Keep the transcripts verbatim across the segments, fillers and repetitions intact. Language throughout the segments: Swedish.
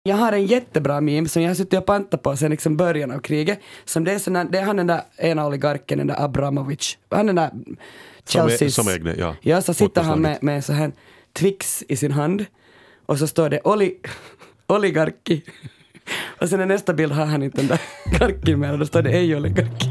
Jag har en jättebra meme som jag har suttit och pantat på sen liksom början av kriget. Som det är sån där, det är han den där ena oligarken, den där Abramovich. Han den där Chelseas. Som, är, som ägde, ja. Ja, så sitter han med, med så här Twix i sin hand. Och så står det oli, oligarki. Och sen i nästa bild har han inte den där garkin med. Och då står det ej oligarki.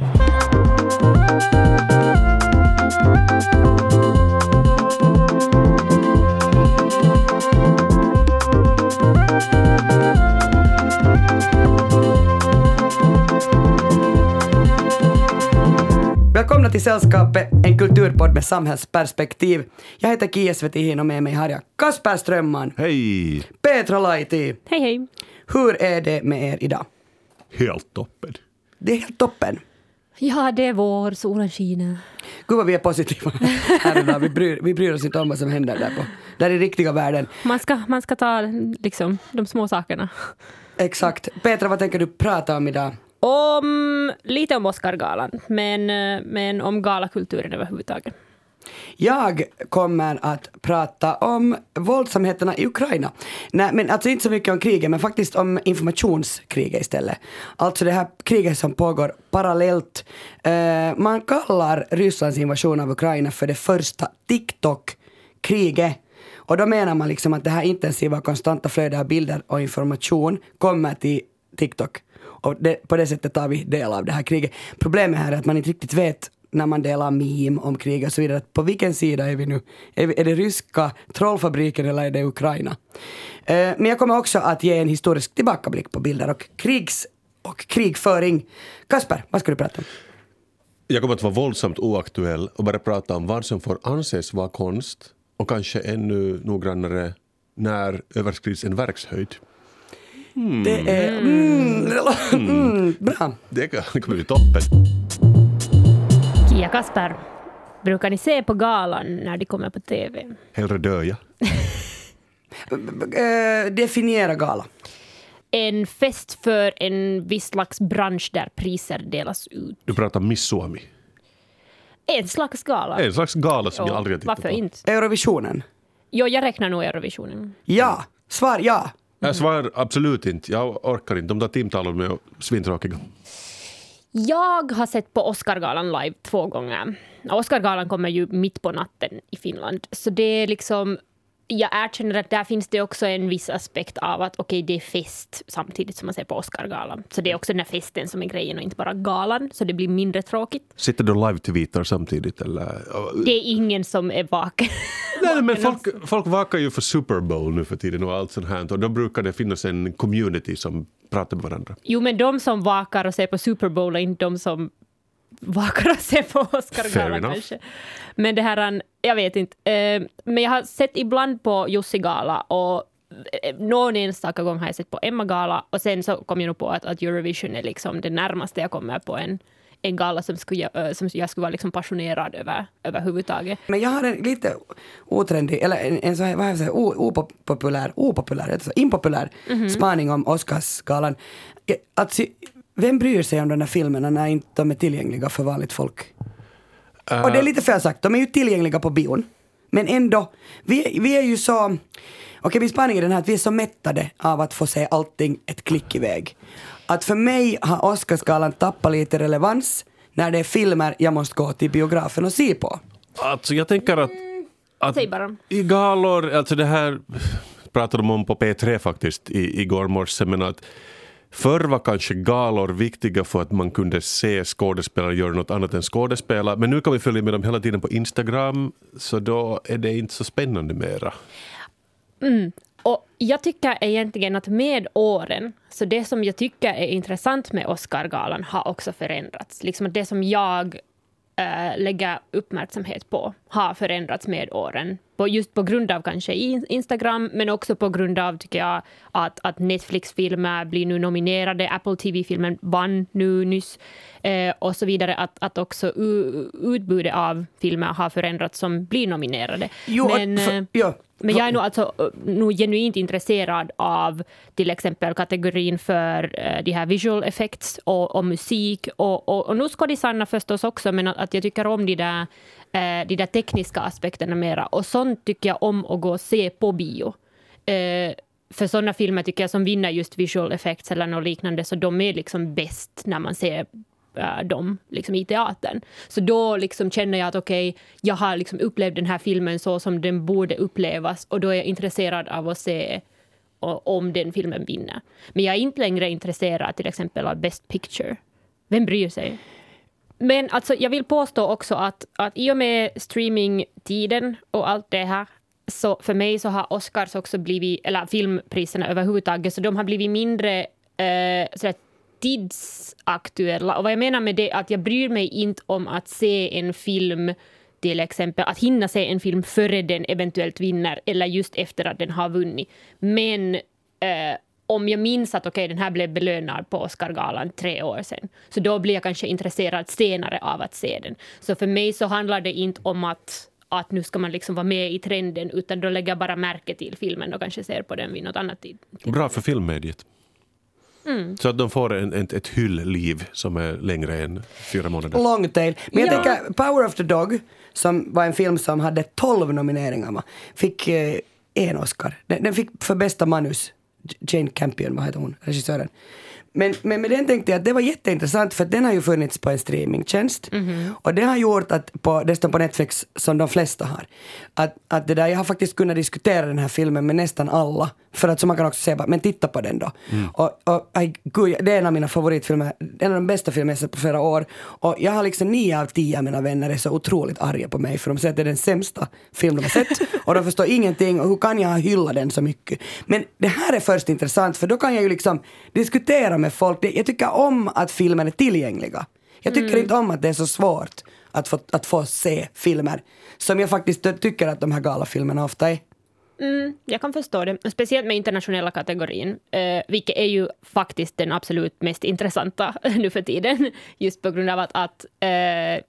Välkomna till Sällskapet, en kulturpodd med samhällsperspektiv. Jag heter Kia Svetihin och med mig har jag Kasper Strömman. Hej! Petra Laiti. Hej hej. Hur är det med er idag? Helt toppen. Det är helt toppen. Ja, det är vår, solen skiner. Gud vad vi är positiva här idag. Vi bryr, vi bryr oss inte om vad som händer där på. Där i riktiga världen. Man ska, man ska ta liksom de små sakerna. Exakt. Petra, vad tänker du prata om idag? Om, lite om Oscargalan, men, men om galakulturen överhuvudtaget. Jag kommer att prata om våldsamheterna i Ukraina. Nej, men alltså inte så mycket om kriget, men faktiskt om informationskriget istället. Alltså det här kriget som pågår parallellt. Uh, man kallar Rysslands invasion av Ukraina för det första TikTok-kriget. Och då menar man liksom att det här intensiva konstanta flödet av bilder och information kommer till TikTok. Och det, på det sättet tar vi del av det här kriget. Problemet här är att man inte riktigt vet när man delar meme om krig och så vidare. På vilken sida är vi nu? Är, vi, är det ryska trollfabriken eller är det Ukraina? Eh, men jag kommer också att ge en historisk tillbakablick på bilder och krigs och krigföring. Kasper, vad ska du prata om? Jag kommer att vara våldsamt oaktuell och bara prata om vad som får anses vara konst och kanske ännu noggrannare när överskrids en verkshöjd. Mm. Det är mm, mm, bra. Det kommer bli toppen. Kia Kasper, brukar ni se på galan när de kommer på tv? Hellre dör jag. uh, definiera gala. En fest för en viss slags bransch där priser delas ut. Du pratar Miss Suomi. En slags gala. En slags gala som jo, jag aldrig har tittat varför på. inte? Eurovisionen. Jo, jag räknar nog Eurovisionen. Ja, svar ja. Jag svarar absolut inte. Jag orkar inte. De där timtalen med svintråkiga. Jag har sett på Oscargalan live två gånger. Oscargalan kommer ju mitt på natten i Finland. Så det är liksom, jag erkänner att där finns det också en viss aspekt av att okej, okay, det är fest samtidigt som man ser på Oscargalan. Så det är också den här festen som är grejen och inte bara galan. Så det blir mindre tråkigt. Sitter du live-tweetar samtidigt? Eller? Det är ingen som är vaken. Nej, men folk, folk vakar ju för Super Bowl nu för tiden och allt sånt här. Och då brukar det finnas en community som pratar med varandra. Jo, men de som vakar och ser på Super Bowl är inte de som vakar och ser på Oscargalan kanske. Men det här, jag vet inte. Men jag har sett ibland på Jussi Gala och någon enstaka gång har jag sett på Emma Gala. Och sen så kom jag nog på att, att Eurovision är liksom det närmaste jag kommer på en en gala som, skulle, som jag skulle vara liksom passionerad över överhuvudtaget. Men jag har en lite otrendig, eller en, en så här, vad jag säger, opopulär, opopulär, alltså impopulär mm-hmm. spaning om Oscarsgalan. Alltså, vem bryr sig om de här filmerna när inte de är tillgängliga för vanligt folk? Uh. Och det är lite fel sagt, de är ju tillgängliga på bion. Men ändå, vi, vi är ju så, okej okay, min spaning är den här att vi är så mättade av att få se allting ett klick iväg. Att för mig har Oscarsgalan tappat lite relevans när det är filmer jag måste gå till biografen och se på. Alltså jag tänker att, att i galor, alltså det här pratade de om på P tre faktiskt i, igår morse, men att förr var kanske galor viktiga för att man kunde se skådespelare göra något annat än skådespelare. Men nu kan vi följa med dem hela tiden på Instagram, så då är det inte så spännande mera. Mm. Och jag tycker egentligen att med åren, så det som jag tycker är intressant med Oscargalan har också förändrats. Liksom att det som jag äh, lägger uppmärksamhet på har förändrats med åren. På, just på grund av kanske Instagram, men också på grund av tycker jag att, att Netflix-filmer blir nu nominerade. Apple T V-filmen vann nu nyss eh, och så vidare. Att, att också u- utbudet av filmer har förändrats som blir nominerade. Jo, men, för, ja. Men jag är nog alltså nog genuint intresserad av till exempel kategorin för uh, de här visual effects och, och musik och, och, och nu ska de sanna förstås också, men att, att jag tycker om de där, uh, de där tekniska aspekterna mera och sånt tycker jag om att gå och se på bio. Uh, för sådana filmer tycker jag som vinner just visual effects eller något liknande, så de är liksom bäst när man ser äh, dem liksom i teatern. Så då liksom känner jag att okej, okay, jag har liksom upplevt den här filmen så som den borde upplevas, och då är jag intresserad av att se om den filmen vinner. Men jag är inte längre intresserad till exempel av Best Picture. Vem bryr sig? Men alltså, jag vill påstå också att, att i och med streamingtiden och allt det här, så för mig så har Oscars också blivit, eller filmpriserna överhuvudtaget, så de har blivit mindre eh, sådär tidsaktuella. Och vad jag menar med det är att jag bryr mig inte om att se en film, till exempel att hinna se en film före den eventuellt vinner eller just efter att den har vunnit. Men eh, om jag minns att okej, okay, den här blev belönad på Oscargalan tre år sedan, så då blir jag kanske intresserad senare av att se den. Så för mig så handlar det inte om att, att nu ska man liksom vara med i trenden, utan då lägger jag bara märke till filmen och kanske ser på den vid något annat tid. Bra för filmmediet. Mm. Så att de får en, en, ett hyllliv som är längre än fyra månader. Long tail. Men jag ja. tänker Power of the Dog, som var en film som hade tolv nomineringar, fick eh, en Oscar. Den, den fick för bästa manus. Jane Campion, vad heter hon, regissören. Men, men med den tänkte jag att det var jätteintressant, för att den har ju funnits på en streamingtjänst. Mm-hmm. Och det har gjort att på, dessutom på Netflix, som de flesta har, att, att det där, jag har faktiskt kunnat diskutera den här filmen med nästan alla, för att så man kan också säga, men titta på den då. Mm. Och, och aj, gud, det är en av mina favoritfilmer, en av de bästa filmer jag sett på flera år. Och jag har liksom nio av tio av mina vänner är så otroligt arga på mig, för de säger att det är den sämsta film de har sett. Och de förstår ingenting, och hur kan jag hylla den så mycket? Men det här är först intressant, för då kan jag ju liksom diskutera med folk. Jag tycker om att filmer är tillgängliga. Jag tycker mm. inte om att det är så svårt att få, att få se filmer, som jag faktiskt tycker att de här galafilmerna ofta är. Mm, jag kan förstå det. Speciellt med internationella kategorin, eh, vilket är ju faktiskt den absolut mest intressanta nu för tiden. Just på grund av att, att eh,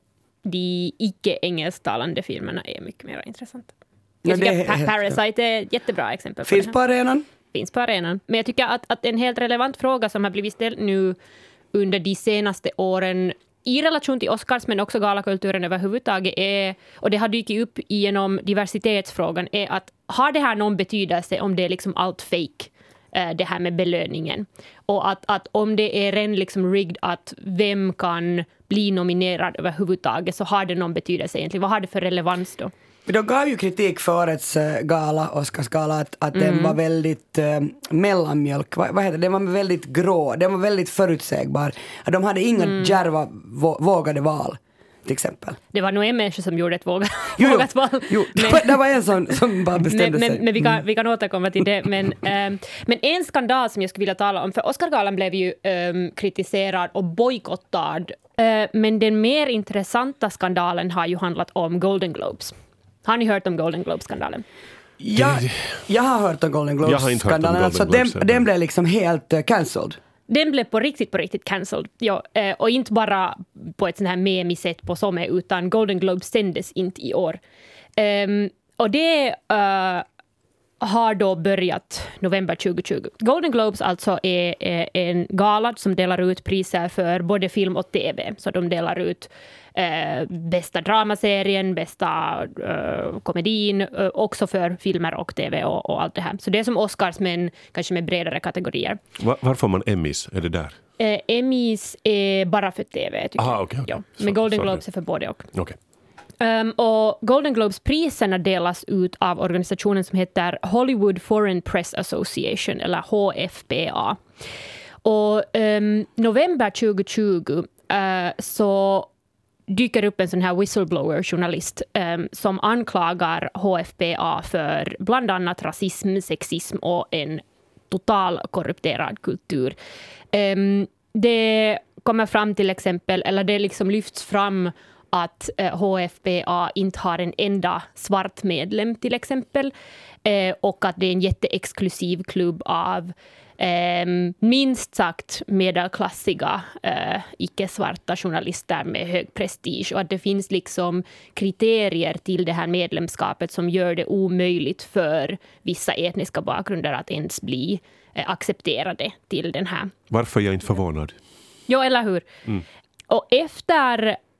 de icke-engelsktalande filmerna är mycket mer intressanta. Jag tycker ja, pa- Parasite är ett jättebra exempel. Finns på, på arenan? Finns på arenan. Men jag tycker att, att en helt relevant fråga som har blivit ställd nu under de senaste åren i relation till Oscars, men också galakulturen överhuvudtaget är, och det har dykt upp genom diversitetsfrågan, är att har det här någon betydelse om det är liksom allt fake, det här med belöningen? Och att, att om det är ren liksom rigged att vem kan bli nominerad överhuvudtaget, så har det någon betydelse egentligen. Vad har det för relevans då? De gav ju kritik för årets gala, Oscarsgala, att, att mm. den var väldigt äh, mellanmjölk. Vad, vad heter det? Den var väldigt grå. Den var väldigt förutsägbar. De hade inga mm. djärva, vå, vågade val, till exempel. Det var nog en människa som gjorde ett våga, jo, vågat val. Jo, men, det var en som, som bara bestämde men, sig. Men, men vi, kan, vi kan återkomma till det. Men, ähm, men en skandal som jag skulle vilja tala om, för Oscargalan blev ju ähm, kritiserad och bojkottad. Äh, men den mer intressanta skandalen har ju handlat om Golden Globes. Har ni hört om Golden Globes-skandalen? Ja, jag har hört om Golden Globes-skandalen. Alltså, den, den blev liksom helt uh, cancelled. Den blev på riktigt, på riktigt cancelled. Ja, eh, och inte bara på ett sånt här memisätt på som är, utan Golden Globes sändes inte i år. Um, och det uh, har då börjat november tjugo tjugo. Golden Globes alltså är, är en gala som delar ut priser för både film och tv. Så de delar ut eh, bästa dramaserien, bästa eh, komedin, eh, också för filmer och tv och, och allt det här. Så det är som Oscars, men kanske med bredare kategorier. Var, var får man Emmys? Är det där? Eh, Emmys är bara för tv, tycker Aha, jag. Okay, okay. Ja. Men Golden så, Globes är för både och. Okay. Um, och Golden Globes-priserna delas ut av organisationen som heter Hollywood Foreign Press Association, eller H F P A. Och um, november tjugo tjugo uh, så dyker upp en sån här whistleblower-journalist um, som anklagar H F P A för bland annat rasism, sexism och en total korrupterad kultur. Um, det kommer fram till exempel, eller det liksom lyfts fram att eh, H F P A inte har en enda svart medlem till exempel, eh, och att det är en jätteexklusiv klubb av eh, minst sagt medelklassiga eh, icke-svarta journalister med hög prestige, och att det finns liksom kriterier till det här medlemskapet som gör det omöjligt för vissa etniska bakgrunder att ens bli eh, accepterade till den här. Varför är jag inte förvånad? Ja, eller hur? Mm. Och efter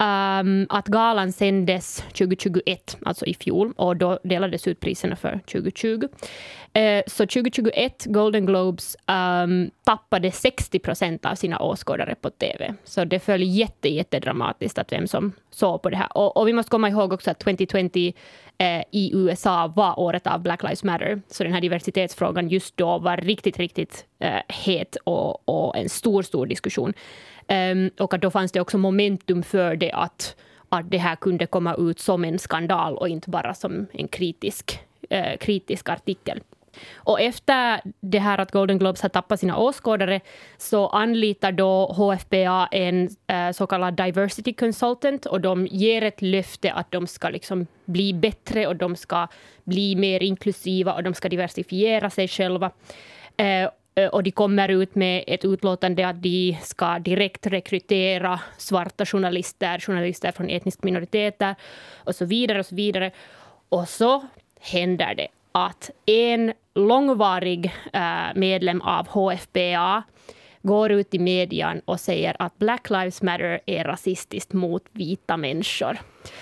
um, att galan sändes tjugohundratjugoett, alltså i fjol, och då delades ut priserna för tjugotjugo. Uh, så tjugohundratjugoett Golden Globes um, tappade sextio procent av sina åskådare på tv. Så det föll jätte, jätte dramatiskt att vem som såg på det här. Och, och vi måste komma ihåg också att tjugohundratjugo eh, i U S A var året av Black Lives Matter. Så den här diversitetsfrågan just då var riktigt, riktigt eh, het och, och en stor, stor diskussion. Um, och att då fanns det också momentum för det att, att det här kunde komma ut som en skandal och inte bara som en kritisk, eh, kritisk artikel. Och efter det här att Golden Globes har tappat sina åskådare så anlitar då H F P A en eh, så kallad diversity consultant, och de ger ett löfte att de ska liksom bli bättre och de ska bli mer inklusiva och de ska diversifiera sig själva. Eh, och de kommer ut med ett utlåtande att de ska direkt rekrytera svarta journalister, journalister från etniska minoriteter och så vidare och så vidare. Och så händer det att en långvarig äh, medlem av H F P A går ut i median och säger att Black Lives Matter är rasistiskt mot vita människor.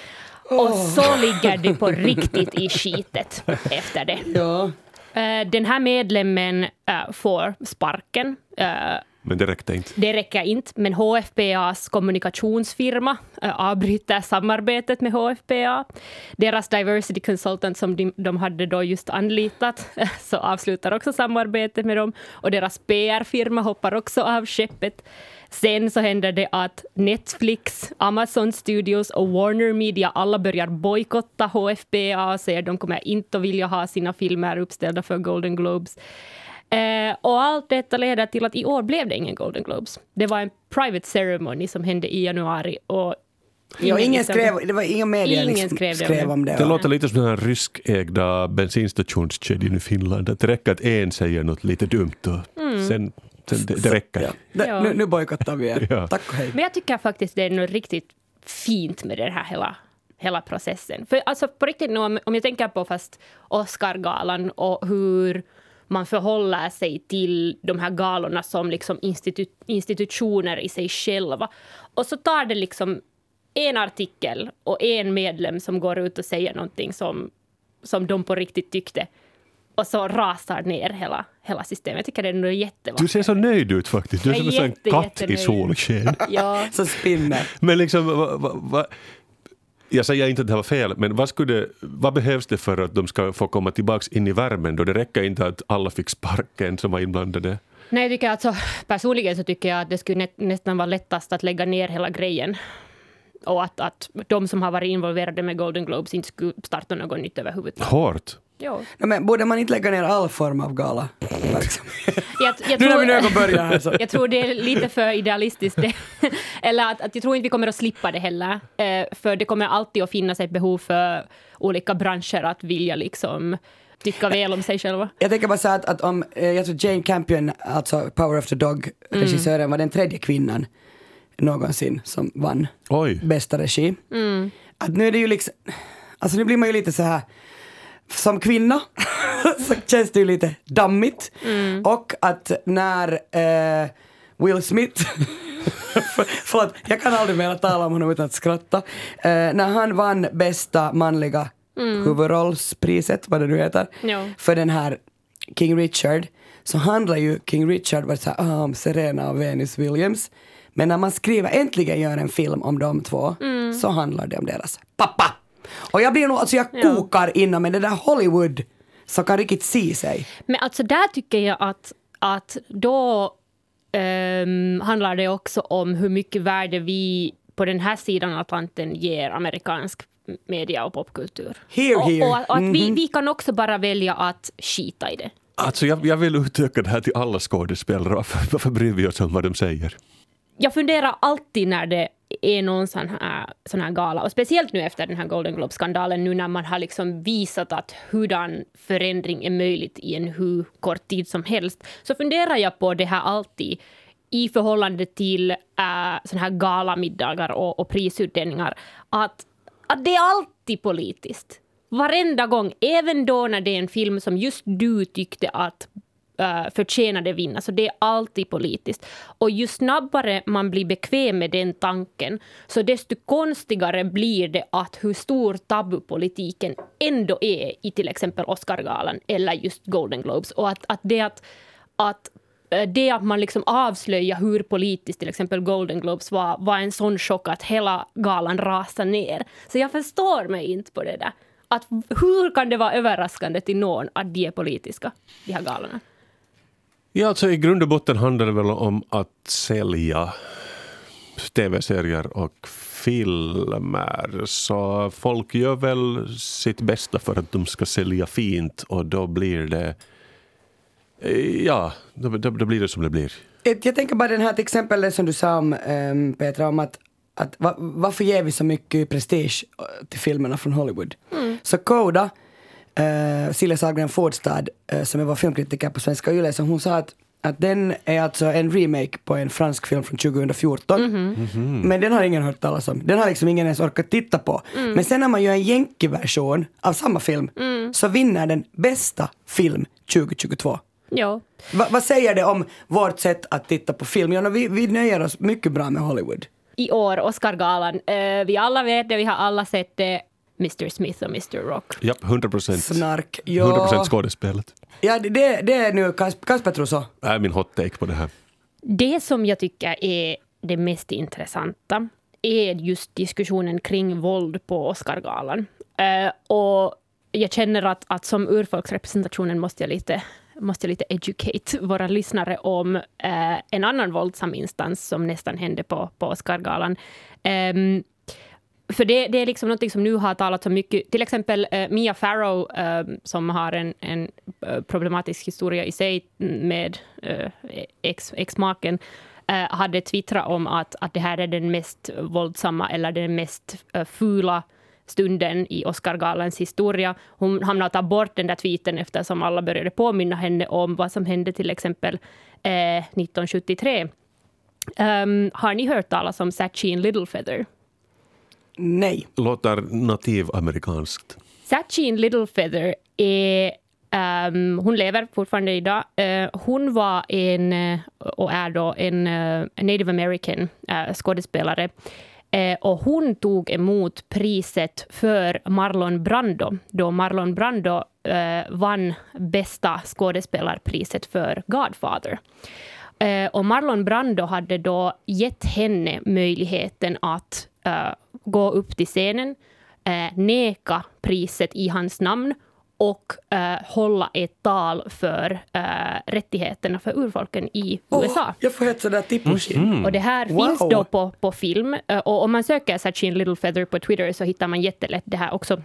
Oh. Och så ligger det på riktigt i skitet efter det. Ja. Äh, den här medlemmen äh, får sparken. Äh, Men det räckte inte. Det räcker inte, men H F P A's kommunikationsfirma äh, avbryter samarbetet med H F P A. Deras diversity consultant som de, de hade då just anlitat äh, så avslutar också samarbetet med dem. Och deras P R-firma hoppar också av skeppet. Sen så händer det att Netflix, Amazon Studios och Warner Media alla börjar bojkotta H F P A och säger att de kommer inte att vilja ha sina filmer uppställda för Golden Globes. Eh, och allt detta leder till att i år blev det ingen Golden Globes. Det var en private ceremony som hände i januari och ingen, ja, ingen skrev, det var inga medier ingen liksom skrev, skrev om det. Det låter lite som den här ryskägda bensinstationskedjan i Finland. Att det räcker att en säger något lite dumt och mm. sen, sen det, det räcker. Ja. Det, ja. Nu, nu bojkottar vi er. Ja. Tack och hej. Men jag tycker faktiskt det är något riktigt fint med den här hela, hela processen. För alltså på riktigt nu, om, om jag tänker på fast Oscargalan och hur man förhåller sig till de här galorna som liksom institu- institutioner i sig själva. Och så tar det liksom en artikel och en medlem som går ut och säger någonting som, som de på riktigt tyckte. Och så rasar ner hela, hela systemet. Jag tycker det är nog jättevackert. Du ser så nöjd ut faktiskt. Du är som en jätte, katt jättenöjd. i solsken. Ja. Så spinner. Men liksom... Va, va, va, jag säger inte att det här var fel, men vad, skulle, vad behövs det för att de ska få komma tillbaka in i värmen då? Det räcker inte att alla fick sparken som var inblandade. Nej, jag tycker alltså, personligen så tycker jag att det skulle nä, nästan vara lättast att lägga ner hela grejen. Och att, att de som har varit involverade med Golden Globes inte skulle starta något nytt överhuvudtaget. Hårt. Jo. No, men borde man inte lägga ner all form av gala? jag, jag, nu tror, när vi nu börjar här så. Jag tror det är lite för idealistiskt. Eller att, att jag tror inte vi kommer att slippa det heller. Eh, för det kommer alltid att finnas ett behov för olika branscher att vilja liksom tycka väl om sig själva. Jag tänker bara säga att, att om, jag tror Jane Campion, alltså Power of the Dog-regissören, mm. var den tredje kvinnan någonsin som vann Oj. bästa regi. Mm. Att nu är det ju liksom, alltså nu blir man ju lite så här som kvinna så känns det ju lite dammigt. Mm. Och att när eh, Will Smith för, förlåt, jag kan aldrig mer tala om honom utan att skratta. Eh, när han vann bästa manliga mm. huvudrollspriset, vad det nu heter, jo. för den här King Richard, så handlar ju King Richard var så här, ah, om Serena och Venus Williams. Men när man skriver, äntligen gör en film om de två, mm. så handlar det om deras pappa. Och jag blir nog, alltså jag kokar ja. inom men det där Hollywood så kan riktigt se sig. Men alltså där tycker jag att, att då um, handlar det också om hur mycket värde vi på den här sidan av Atlanten ger amerikansk media och popkultur. Here, och, here. och, och att mm-hmm. vi, vi kan också bara välja att skita i det. Alltså jag, jag vill utöka det här till alla skådespelare. Varför, varför bryr vi oss om vad de säger? Jag funderar alltid när det är någon sån här, sån här gala. Och speciellt nu efter den här Golden Globe-skandalen. Nu när man har liksom visat att hurdan förändring är möjligt i en hur kort tid som helst. Så funderar jag på det här alltid i förhållande till äh, såna här galamiddagar och, och prisutdelningar. Att, att det är alltid politiskt. Varenda gång. Även då när det är en film som just du tyckte att uh, förtjänade vinna. Så det är alltid politiskt. Och ju snabbare man blir bekväm med den tanken, så desto konstigare blir det att hur stor tabupolitiken ändå är i till exempel Oscargalan eller just Golden Globes. Och att, att det att, att det att man liksom avslöjar hur politiskt till exempel Golden Globes var, var en sån chock att hela galan rasade ner. Så jag förstår mig inte på det där. Att hur kan det vara överraskande till någon att de är politiska, de här galorna? Ja, alltså i grund och botten handlar det väl om att sälja tv-serier och filmer. Så folk gör väl sitt bästa för att de ska sälja fint, och då blir det ja, då, då, då blir det som det blir. Jag tänker bara den här till exempel som du sa om um, Petra, om att, att va, varför ger vi så mycket prestige till filmerna från Hollywood? Mm. Så Coda, uh, Silja Sahlgren Fordstad, uh, som är vår filmkritiker på Svenska Yle, som hon sa att att den är alltså en remake på en fransk film från tjugo fjorton. Mm-hmm. Mm-hmm. Men den har ingen hört talas om. Den har liksom ingen ens orkat titta på. Mm. Men sen när man gör en jänkiversion av samma film, mm. så vinner den bästa film tjugo tjugotvå. Ja. Va, vad säger det om vårt sätt att titta på film? Ja, vi, vi nöjer oss mycket bra med Hollywood. I år, Oscargalan. Uh, vi alla vet det, vi har alla sett det. mister Smith och mister Rock. Ja, hundra procent. Snark. Ja. hundra procent skådespelet. Ja, det, det är nu Kasper tror så. Det är min hot take på det här. Det som jag tycker är det mest intressanta är just diskussionen kring våld på Oscargalan. Uh, och jag känner att, att som urfolksrepresentationen måste jag lite... måste jag lite educate våra lyssnare om eh, en annan våldsam instans som nästan hände på, på Oscargalan. Um, för det, det är liksom något som nu har talat så mycket. Till exempel eh, Mia Farrow eh, som har en, en problematisk historia i sig med eh, ex, ex-maken eh, hade twittrat om att, att det här är den mest våldsamma eller den mest eh, fula stunden i Oscargalans historia. Hon hamnade ta bort den där tweeten eftersom alla började påminna henne om vad som hände till exempel eh, nittonhundrasjuttiotre. Um, har ni hört talas om Sachin Littlefeather? Nej. Låter nativamerikanskt. Sachin Littlefeather är um, hon lever fortfarande idag. Uh, hon var en och är då en uh, Native American uh, skådespelare. Eh, och hon tog emot priset för Marlon Brando då Marlon Brando eh, vann bästa skådespelarpriset för Godfather. Eh, och Marlon Brando hade då gett henne möjligheten att eh, gå upp till scenen, eh, neka priset i hans namn och uh, hålla ett tal för uh, rättigheterna för urfolken i U S A. Oh, jag får ett sådär tippmaskin. Mm. Och det här wow. finns då på, på film. Uh, och om man söker Sachin Littlefeather på Twitter så hittar man jättelätt det här också.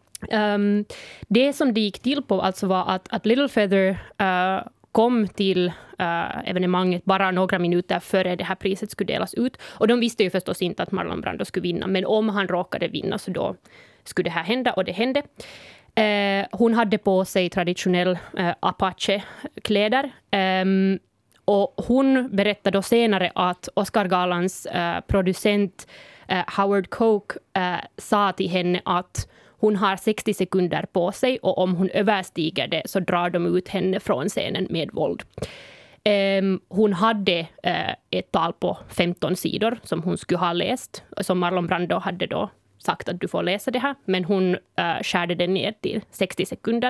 Um, det som det gick till på alltså var att, att Littlefeather uh, kom till uh, evenemanget bara några minuter före det här priset skulle delas ut. Och de visste ju förstås inte att Marlon Brando skulle vinna. Men om han råkade vinna så då skulle det här hända, och det hände. Eh, hon hade på sig traditionell eh, Apache-kläder. Eh, och hon berättade då senare att Oscargalans eh, producent eh, Howard Koch eh, sa till henne att hon har sextio sekunder på sig, och om hon överstiger det så drar de ut henne från scenen med våld. Eh, hon hade eh, ett tal på femton sidor som hon skulle ha läst, som Marlon Brando hade då sagt att du får läsa det här, men hon uh, skärde det ner till sextio sekunder.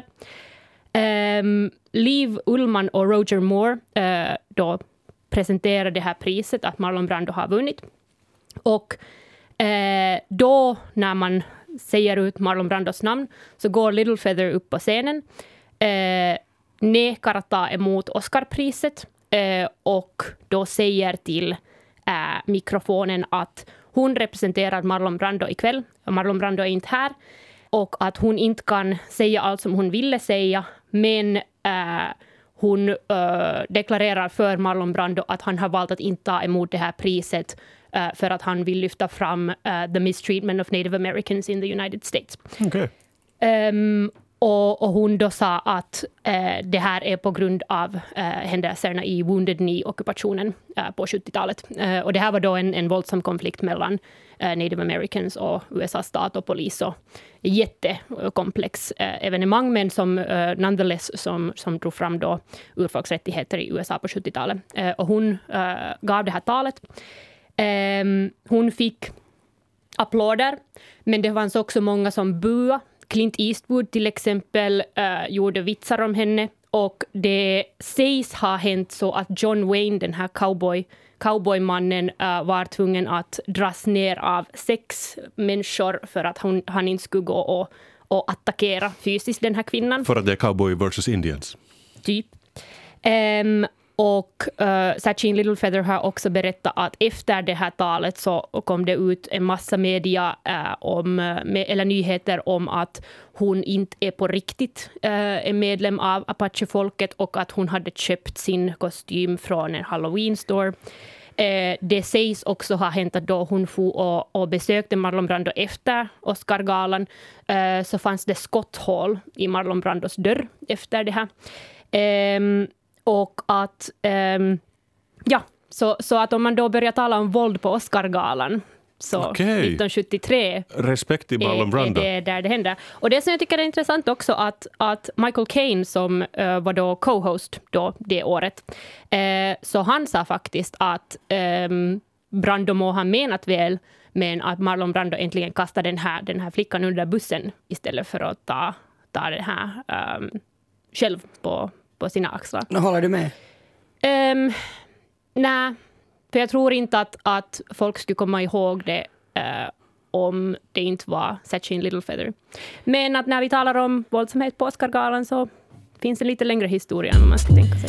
Um, Liv Ullmann och Roger Moore uh, då presenterade det här priset att Marlon Brando har vunnit. Och uh, då när man säger ut Marlon Brandos namn så går Littlefeather upp på scenen, uh, nekar att ta emot Oscarpriset uh, och då säger till uh, mikrofonen att hon representerar Marlon Brando ikväll. Marlon Brando är inte här. Och att hon inte kan säga allt som hon ville säga. Men äh, hon äh, deklarerar för Marlon Brando att han har valt att inte ta emot det här priset. Äh, för att han vill lyfta fram äh, the mistreatment of Native Americans in the United States. Okay. Um, Och, och hon då sa att eh, det här är på grund av eh, händelserna i Wounded Knee-ockupationen eh, på sjuttiotalet. Eh, och det här var då en, en våldsam konflikt mellan eh, Native Americans och U S A stat och polis. Och jättekomplex eh, evenemang, men som eh, nonetheless som, som drog fram då urfolksrättigheter i U S A på sjuttiotalet. Eh, och hon eh, gav det här talet. Eh, hon fick applåder, men det fanns också många som buade. Clint Eastwood till exempel uh, gjorde vitsar om henne, och det sägs ha hänt så att John Wayne, den här cowboy, cowboymannen, uh, var tvungen att dras ner av sex människor för att hon, han inte skulle gå och, och attackera fysiskt den här kvinnan. För att det är cowboy versus Indians. Typ. Um, Och uh, Sachin Littlefeather har också berättat att efter det här talet så kom det ut en massa media uh, om, med, eller nyheter om att hon inte är på riktigt uh, en medlem av Apache-folket, och att hon hade köpt sin kostym från en Halloween-store. Uh, det sägs också ha hänt att då hon for och, och besökte Marlon Brando efter Oscargalan, uh, så fanns det skotthål i Marlon Brandos dörr efter det här. Um, Och att, um, ja, så, så att om man då börjar tala om våld på Oscargalan, så okay. nittonhundrasjuttiotre Respekt i Marlon Brando. är, är det där det händer. Och det som jag tycker är intressant också, att, att Michael Caine, som uh, var då co-host då det året, uh, så han sa faktiskt att um, Brando må ha menat väl, men att Marlon Brando äntligen kastade den här, den här flickan under bussen istället för att ta, ta det här um, själv på på sina axlar. Håller du med? Um, nej, för jag tror inte att, att folk skulle komma ihåg det uh, om det inte var Sachin Littlefeather. Men att när vi talar om våldsamhet på Oscargalan så finns det lite längre historia än man ska tänka sig.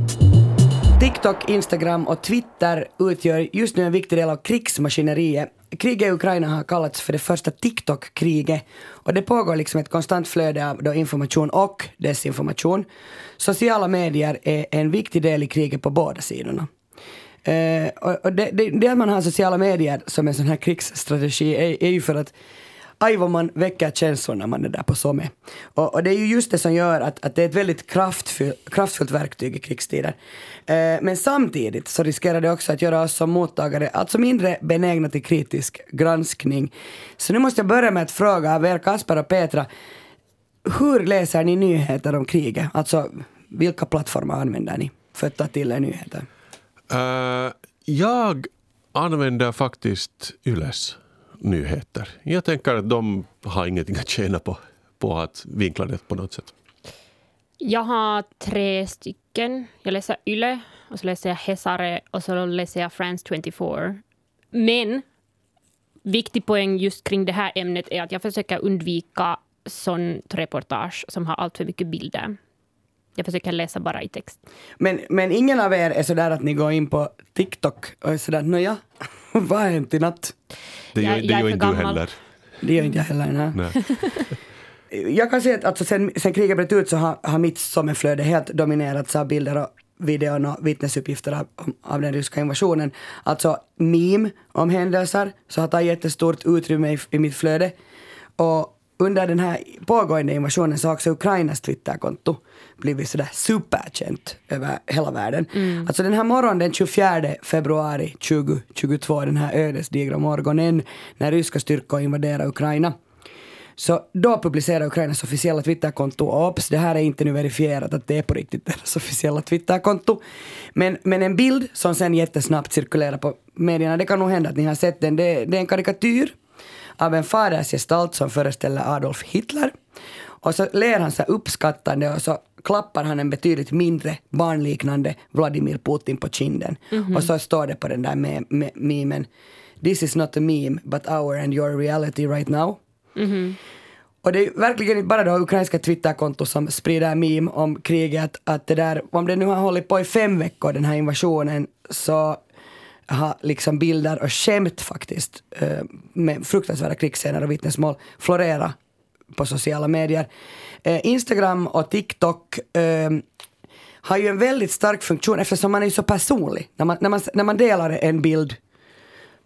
TikTok, Instagram och Twitter utgör just nu en viktig del av krigsmaskineriet. Kriget i Ukraina har kallats för det första TikTok-kriget, och det pågår liksom ett konstant flöde av då information och desinformation. Sociala medier är en viktig del i kriget på båda sidorna. Eh, och det, det, det att man har sociala medier som en sån här krigsstrategi är, är ju för att aj vad man väcker känslor när man är där på SOME. Och, och det är ju just det som gör att, att det är ett väldigt kraftfull, kraftfullt verktyg i krigstider. Eh, men samtidigt så riskerar det också att göra oss som mottagare alltså mindre benägna till kritisk granskning. Så nu måste jag börja med att fråga av er, Kasper och Petra, hur läser ni nyheter om kriget? Alltså vilka plattformar använder ni för att ta till er nyheter? Uh, jag använder faktiskt Yles nyheter. Jag tänker att de har ingenting att tjäna på, på att vinkla det på något sätt. Jag har tre stycken. Jag läser Yle, och så läser jag Hesare, och så läser jag France tjugofyra. Men viktig poäng just kring det här ämnet är att jag försöker undvika sånt reportage som har allt för mycket bilder. Jag försöker läsa bara i text. Men, men ingen av er är sådär att ni går in på TikTok och är sådär, nåja, vad har hänt i natt? Det gör, jag, det gör inte du heller. Det gör inte jag heller, nej. nej. Jag kan säga att alltså, sen, sen kriget bröt ut så har, har mitt sommarflöde helt dominerats av bilder och videon och vittnesuppgifter av, av den ryska invasionen. Alltså meme om händelser så har tagit jättestort utrymme i, i mitt flöde. Och under den här pågående invasionen så har också Ukrainas Twitterkonto blivit sådär superkänt över hela världen. Mm. Alltså den här morgonen den tjugofjärde februari tjugohundratjugotvå, den här ödesdigra morgonen när ryska styrkor invaderar Ukraina, så då publicerar Ukrainas officiella Twitterkonto, och ops, det här är inte nu verifierat att det är på riktigt deras officiella Twitterkonto, men, men en bild som sen jättesnabbt cirkulerar på medierna, det kan nog hända att ni har sett den, det, det är en karikatyr av en fadersgestalt som föreställer Adolf Hitler, och så ler han så uppskattande och så klappar han en betydligt mindre barnliknande Vladimir Putin på kinden. Mm-hmm. Och så står det på den där me- me- memen: "This is not a meme but our and your reality right now." Mm-hmm. Och det är verkligen inte bara då ukrainska Twitterkonto som sprider meme om kriget, att det där, om det nu har hållit på i fem veckor den här invasionen, så har liksom bilder och skämt faktiskt eh, med fruktansvärda krigsscener och vittnesmål florera på sociala medier. Eh, Instagram och TikTok eh, har ju en väldigt stark funktion eftersom man är så personlig. När man, när man, när man delar en bild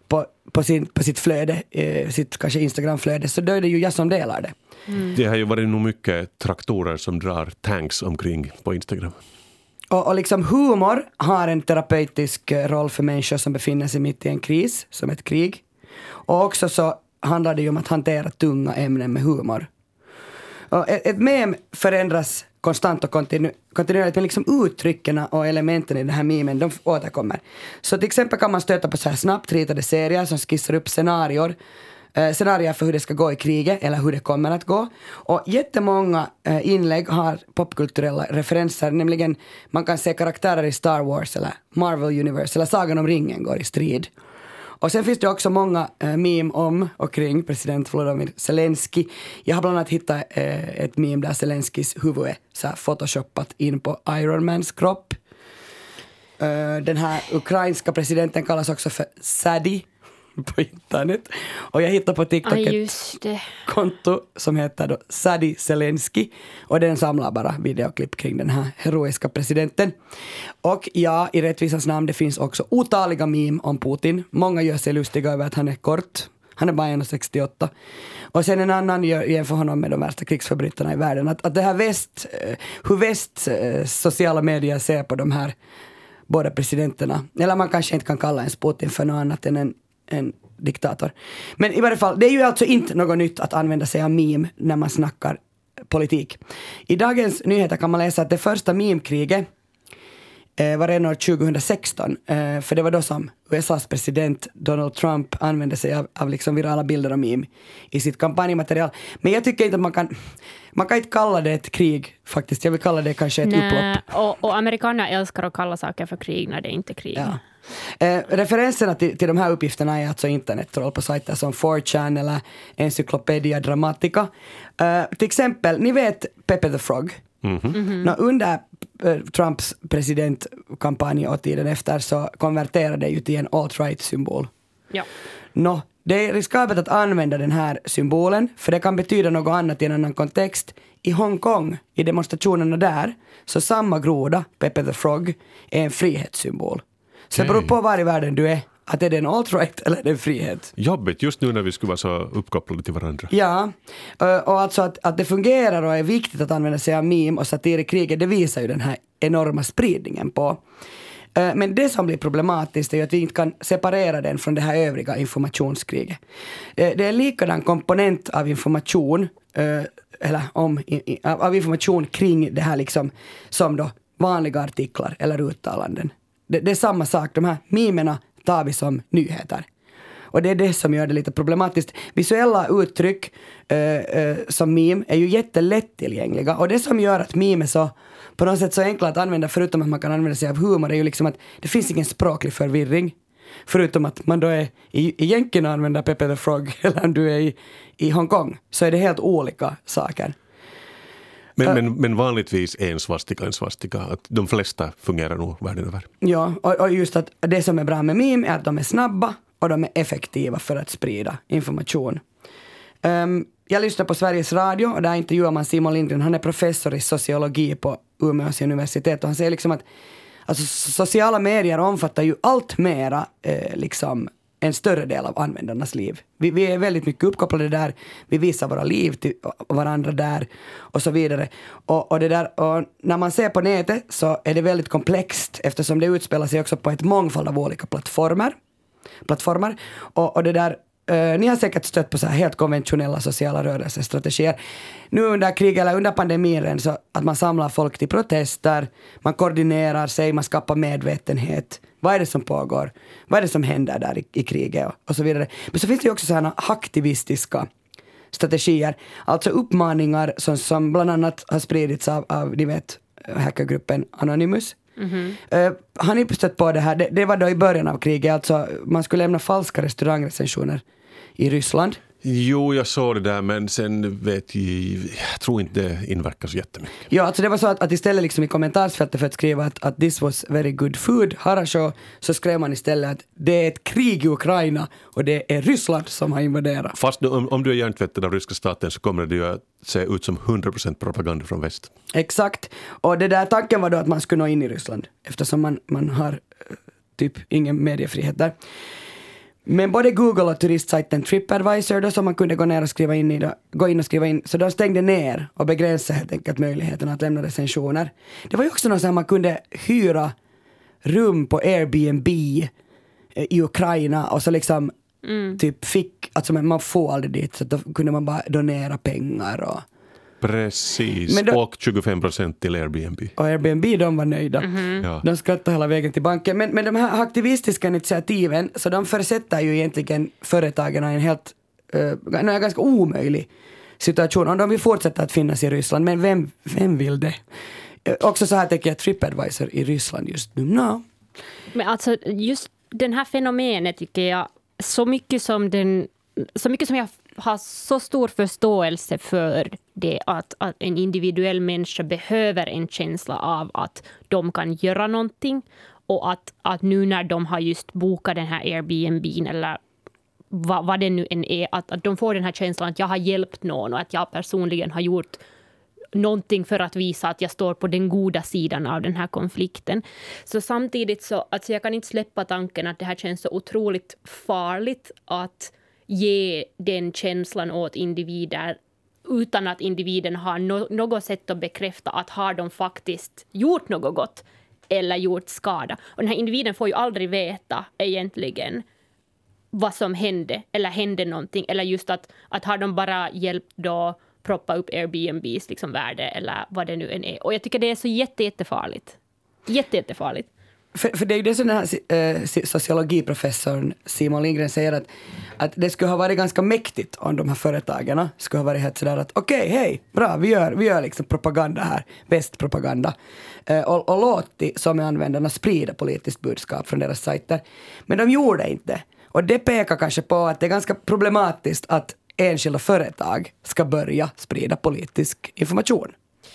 på, på, sin, på sitt flöde, eh, sitt kanske Instagram-flöde, så då är det ju jag som delar det. Mm. Det har ju varit nog mycket traktorer som drar tanks omkring på Instagram. Och, och liksom humor har en terapeutisk roll för människor som befinner sig mitt i en kris, som ett krig. Och också så handlar det ju om att hantera tunga ämnen med humor. Och ett, ett mem förändras konstant och kontinu- kontinuerligt, men liksom uttrycken och elementen i den här memen, de återkommer. Så till exempel kan man stöta på så här snabbt ritade serier som skissar upp scenarier, eh, scenarier för hur det ska gå i kriget eller hur det kommer att gå. Och jättemånga eh, inlägg har popkulturella referenser, nämligen man kan se karaktärer i Star Wars eller Marvel Universe eller Sagan om ringen går i strid. Och sen finns det också många äh, meme om och kring president Volodymyr Zelensky. Jag har bland annat hittat äh, ett meme där Zelenskys huvud är så här photoshoppat in på Iron Mans kropp. Äh, den här ukrainska presidenten kallas också för Saddy på internet. Och jag hittade på TikTok ah, ett konto som heter då Saddy Zelensky. Och den samlar bara videoklipp kring den här heroiska presidenten. Och ja, i rättvisans namn, det finns också otaliga meme om Putin. Många gör sig lustiga över att han är kort. Han är bara en komma sextioåtta. Och sen en annan gör jämför honom med de värsta krigsförbrytarna i världen. Att, att det här väst, hur väst sociala medier ser på de här båda presidenterna. Eller man kanske inte kan kalla ens Putin för något annat än en en diktator. Men i varje fall, det är ju alltså inte något nytt att använda sig av meme när man snackar politik. I dagens nyheter kan man läsa att det första meme-kriget eh, var redan år tjugohundrasexton. Eh, för det var då som U S A:s president Donald Trump använde sig av, av liksom virala bilder och meme i sitt kampanjmaterial. Men jag tycker inte att man kan man kan inte kalla det ett krig faktiskt. Jag vill kalla det kanske ett Nej, upplopp. Och, och amerikaner älskar att kalla saker för krig när det inte är krig. Ja. Eh, referenserna till, till de här uppgifterna är alltså internettroll på sajter som four chan eller Encyclopedia Dramatica. Eh, till exempel, ni vet Pepe the Frog. Mm-hmm. Mm-hmm. Nå, under eh, Trumps presidentkampanj och tiden efter så konverterade det ju till en alt-right-symbol. Ja. Nå, det är riskabelt att använda den här symbolen, för det kan betyda något annat i en annan kontext. I Hongkong, i demonstrationerna där, så samma groda, Pepe the Frog, är en frihetssymbol. Så det beror på var i världen du är, att är det en alt-right eller är det en frihet. Jobbigt just nu när vi skulle vara så uppkopplade till varandra. Ja, och alltså att, att det fungerar och är viktigt att använda sig av meme och satir i kriget, det visar ju den här enorma spridningen på. Men det som blir problematiskt är ju att vi inte kan separera den från det här övriga informationskriget. Det är en likadan komponent av information, eller om, av information kring det här liksom, som då vanliga artiklar eller uttalanden. Det, det är samma sak, de här memerna tar vi som nyheter. Och det är det som gör det lite problematiskt. Visuella uttryck äh, äh, som meme är ju jättelättillgängliga. Och det som gör att meme är så, på något sätt så enkla att använda, förutom att man kan använda sig av humor, är ju liksom att det finns ingen språklig förvirring. Förutom att man då är i, i Jänken och använder Pepe the Frog, eller om du är i, i Hongkong, så är det helt olika saker. Men, men, men vanligtvis är en svastika en svastika. Att de flesta fungerar nog världen över. Ja, och, och just att det som är bra med meme är att de är snabba och de är effektiva för att sprida information. Um, jag lyssnar på Sveriges Radio och där intervjuar man Simon Lindgren. Han är professor i sociologi på Umeås universitet och han säger liksom att alltså, sociala medier omfattar ju allt mera eh, liksom en större del av användarnas liv. Vi, vi är väldigt mycket uppkopplade där. Vi visar våra liv till varandra där och så vidare. Och, och, det där, och när man ser på nätet så är det väldigt komplext eftersom det utspelar sig också på ett mångfald av olika plattformar. plattformar. Och, och det där, eh, ni har säkert stött på så här helt konventionella sociala rörelsestrategier. Nu under krig eller under pandemin så att man samlar folk till protester, man koordinerar sig, man skapar medvetenhet. Vad är det som pågår? Vad är det som händer där i, i kriget och, och så vidare. Men så finns det ju också sådana aktivistiska strategier. Alltså uppmaningar som, som bland annat har spridits av, av ni vet, hackergruppen Anonymous. Mm-hmm. Uh, har ni stött på det här? Det, det var då i början av kriget. Alltså man skulle lämna falska restaurangrecensioner i Ryssland. Jo, jag såg det där, men sen vet jag, jag tror inte det inverkar så jättemycket. Ja, alltså det var så att, att istället liksom i kommentarsfältet för att skriva att, att this was very good food, harasho, så skrev man istället att det är ett krig i Ukraina och det är Ryssland som har invaderat. Fast nu, om, om du är hjärntvättad av ryska staten så kommer det ju att se ut som hundra procent propaganda från väst. Exakt, och det där tanken var då att man skulle nå in i Ryssland eftersom man, man har typ ingen mediefrihet där. Men både Google och turistsajten TripAdvisor då, som man kunde gå ner och skriva in i då, gå in och skriva in, så de stängde ner och begränsade helt enkelt möjligheten att lämna recensioner. Det var ju också något som man kunde hyra rum på Airbnb i Ukraina och så liksom mm. typ fick, alltså man får aldrig dit, så då kunde man bara donera pengar och precis, då, och tjugofem procent till Airbnb. Och Airbnb, de var nöjda. Mm-hmm. Ja. De skrattade hela vägen till banken. Men, men de här aktivistiska initiativen, så de försätter ju egentligen företagen i en helt uh, en ganska omöjlig situation. Om de vill fortsätta att finnas i Ryssland, men vem, vem vill det? Uh, också så här tänker jag TripAdvisor i Ryssland just nu. No. Men alltså just den här fenomenet tycker jag, så mycket som den så mycket som jag har så stor förståelse för det att, att en individuell människa behöver en känsla av att de kan göra någonting, och att, att nu när de har just bokat den här Airbnb eller vad, vad det nu än är, att, att de får den här känslan att jag har hjälpt någon och att jag personligen har gjort någonting för att visa att jag står på den goda sidan av den här konflikten. Så samtidigt så alltså jag kan inte släppa tanken att det här känns så otroligt farligt att ge den känslan åt individer utan att individen har no- något sätt att bekräfta att har de faktiskt gjort något gott eller gjort skada. Och den här individen får ju aldrig veta egentligen vad som hände eller hände någonting, eller just att, att har de bara hjälpt då proppa upp Airbnbs liksom värde eller vad det nu än är. Och jag tycker det är så jätte, jättefarligt. Jätte, jättefarligt. För, för det är ju det som den här äh, sociologiprofessorn Simon Lindgren säger, att, att det skulle ha varit ganska mäktigt om de här företagen skulle ha varit helt sådär att okej, okay, hej, bra, vi gör, vi gör liksom propaganda här, bäst propaganda. Äh, och, och låtit som användarna sprida politiskt budskap från deras sajter. Men de gjorde inte. Och det pekar kanske på att det är ganska problematiskt att enskilda företag ska börja sprida politisk information.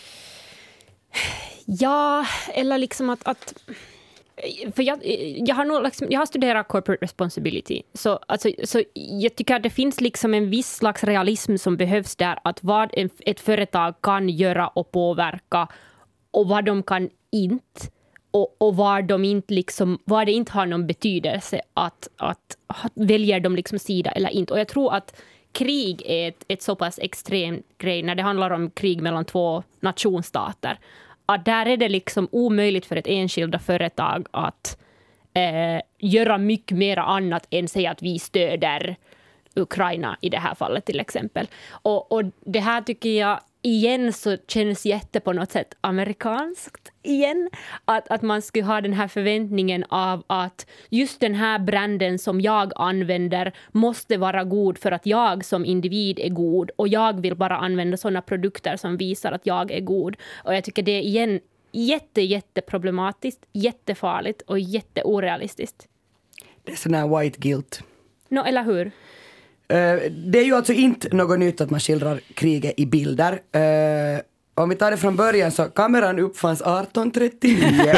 Ja, eller liksom att... att för jag, jag, har nog liksom, jag har studerat corporate responsibility, så, alltså, så jag tycker att det finns liksom en viss slags realism som behövs där, att vad en, ett företag kan göra och påverka och vad de kan inte, och, och vad de inte liksom, vad det inte har någon betydelse att, att, att väljer de liksom sida eller inte. Och jag tror att krig är ett, ett så pass extremt grej när det handlar om krig mellan två nationsstater, att där är det liksom omöjligt för ett enskilda företag att eh, göra mycket mer annat än säga att vi stöder Ukraina i det här fallet till exempel. Och, och det här tycker jag igen så känns jätte på något sätt amerikanskt igen. Att, att man skulle ha den här förväntningen av att just den här branden som jag använder måste vara god för att jag som individ är god. Och jag vill bara använda sådana produkter som visar att jag är god. Och jag tycker det är igen jätte, jätte problematiskt, jättefarligt och jätteorealistiskt. Det är sån här white guilt. No, eller hur? Uh, det är ju alltså inte något nytt att man skildrar kriget i bilder. Uh, om vi tar det från början så kameran uppfanns arton trettionio.